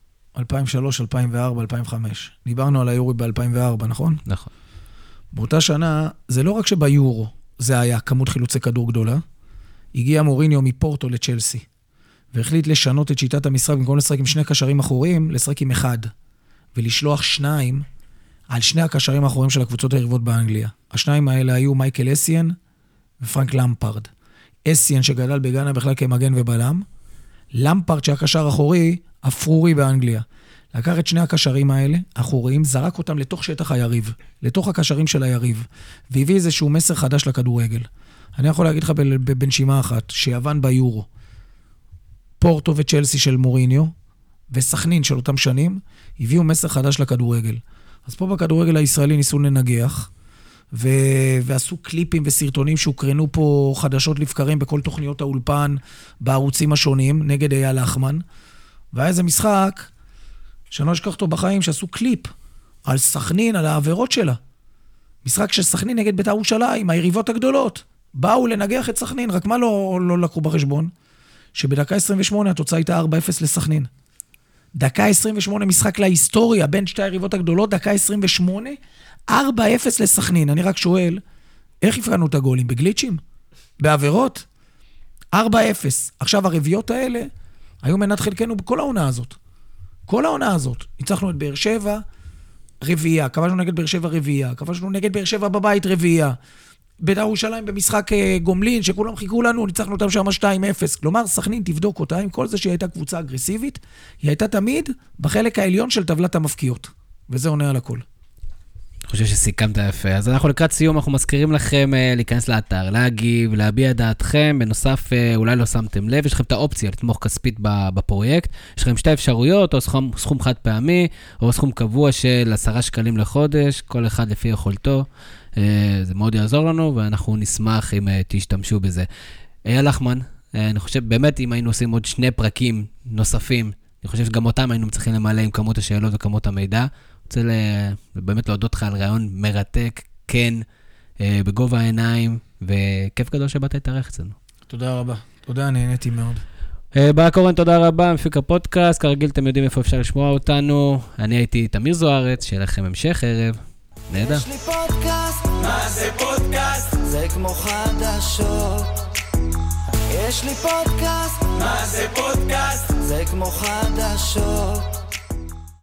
2003, 2004, 2005. דיברנו על היורו ב-2004, נכון? נכון. באותה שנה, זה לא רק שביורו, זה היה כמות חילוצי כדור גדולה, הגיע מוריניו מפורטו לצ'לסי, והחליט לשנות את שיטת המשחק, במקום לשחק עם 2 קשרים אחוריים, לשחק עם 1, ולשלוח 2 על 2 הקשרים האחוריים של הקבוצות היריבות באנגליה. השניים האלה היו מייקל אסיאן ופרנק למפרד. אסיאן שגדל בגאנה בכלל כמגן ובלם, למפרד שהקשר אחורי, אפרורי באנגליה. לקח את 2 הקשרים האלה, אחוריים, זרק אותם לתוך שטח היריב, לתוך הקשרים של היריב, והביא איזשהו מסר חדש לכדורגל. אני יכול להגיד לך בנשימה אחת, שיוון ביורו, פורטו וצ'לסי של מוריניו, וסכנין של אותם שנים, הביאו מסר חדש לכדורגל. אז פה בכדורגל הישראלי ניסו לנגח, ועשו קליפים וסרטונים שהוקרנו פה חדשות לבקרים בכל תוכניות האולפן, בערוצים השונים, נגד אייל לחמן. והיה איזה משחק, שאני לא אשכח אותו בחיים, שעשו קליפ על סכנין, על העבירות שלה. משחק של סכנין נגד בית"ר ירושלים, היריבות הגדולות. באו לנגח את סכנין, רק מה לא לקחו בחשבון? שבדקה 28 התוצאה הייתה 4-0 לסכנין. דקה 28 משחק להיסטוריה, בין 2 היריבות הגדולות, דקה 28, 4-0 לסכנין. אני רק שואל, איך הפרענו את הגולים? בגליצ'ים? בעבירות? 4-0. עכשיו הרביעיות האלה היו מנת חלקנו בכל העונה הזאת. כל העונה הזאת. ניצחנו את באר שבע, רביעייה. כבשנו נגד באר שבע רביעייה. כבשנו נגד באר שבע בבית רביעייה. בית"ר ירושלים במשחק גומלין, שכולם חיכו לנו, ניצחנו אותם שם 2-0. כלומר, סכנין תבדוק אותה, עם כל זה שהיא הייתה קבוצה אגרסיבית, היא הייתה תמיד בחלק העליון של טבלת המפקיעות. וזה עונה על הכל. אני חושב שסיכמת יפה. אז אנחנו לקראת סיום, אנחנו מזכירים לכם להיכנס לאתר, להגיב, להביע דעתכם. בנוסף, אולי לא שמתם לב, יש לכם את האופציה לתמוך כספית בפרויקט. יש לכם 2 אפשרויות, או סכום חד פעמי, או סכום קבוע של 10 שקלים לחודש, כל אחד לפי יכולתו. זה מאוד יעזור לנו, ואנחנו נשמח אם תשתמשו בזה. אייל לחמן, אני חושב, באמת, אם היינו עושים עוד 2 פרקים נוספים, אני חושב שגם אותם היינו צריכים למלא עם כמות השאלות וכמות המידע. רוצה באמת להודות לך על רעיון מרתק, כן, בגובה העיניים, וכיף גדול שבאת להתארח אצלנו. תודה רבה. תודה, נהניתי מאוד. ברק קורן, תודה רבה, מפיק הפודקאסט. כרגיל, אתם יודעים איפה אפשר לשמוע אותנו. אני הייתי תמיר זוארץ, שיהיה לכם המשך ערב. נהדר. יש לי פודקאסט, מה זה פודקאסט? זה כמו חדשות. יש לי פודקאסט, מה זה פודקאסט? זה כמו חדשות.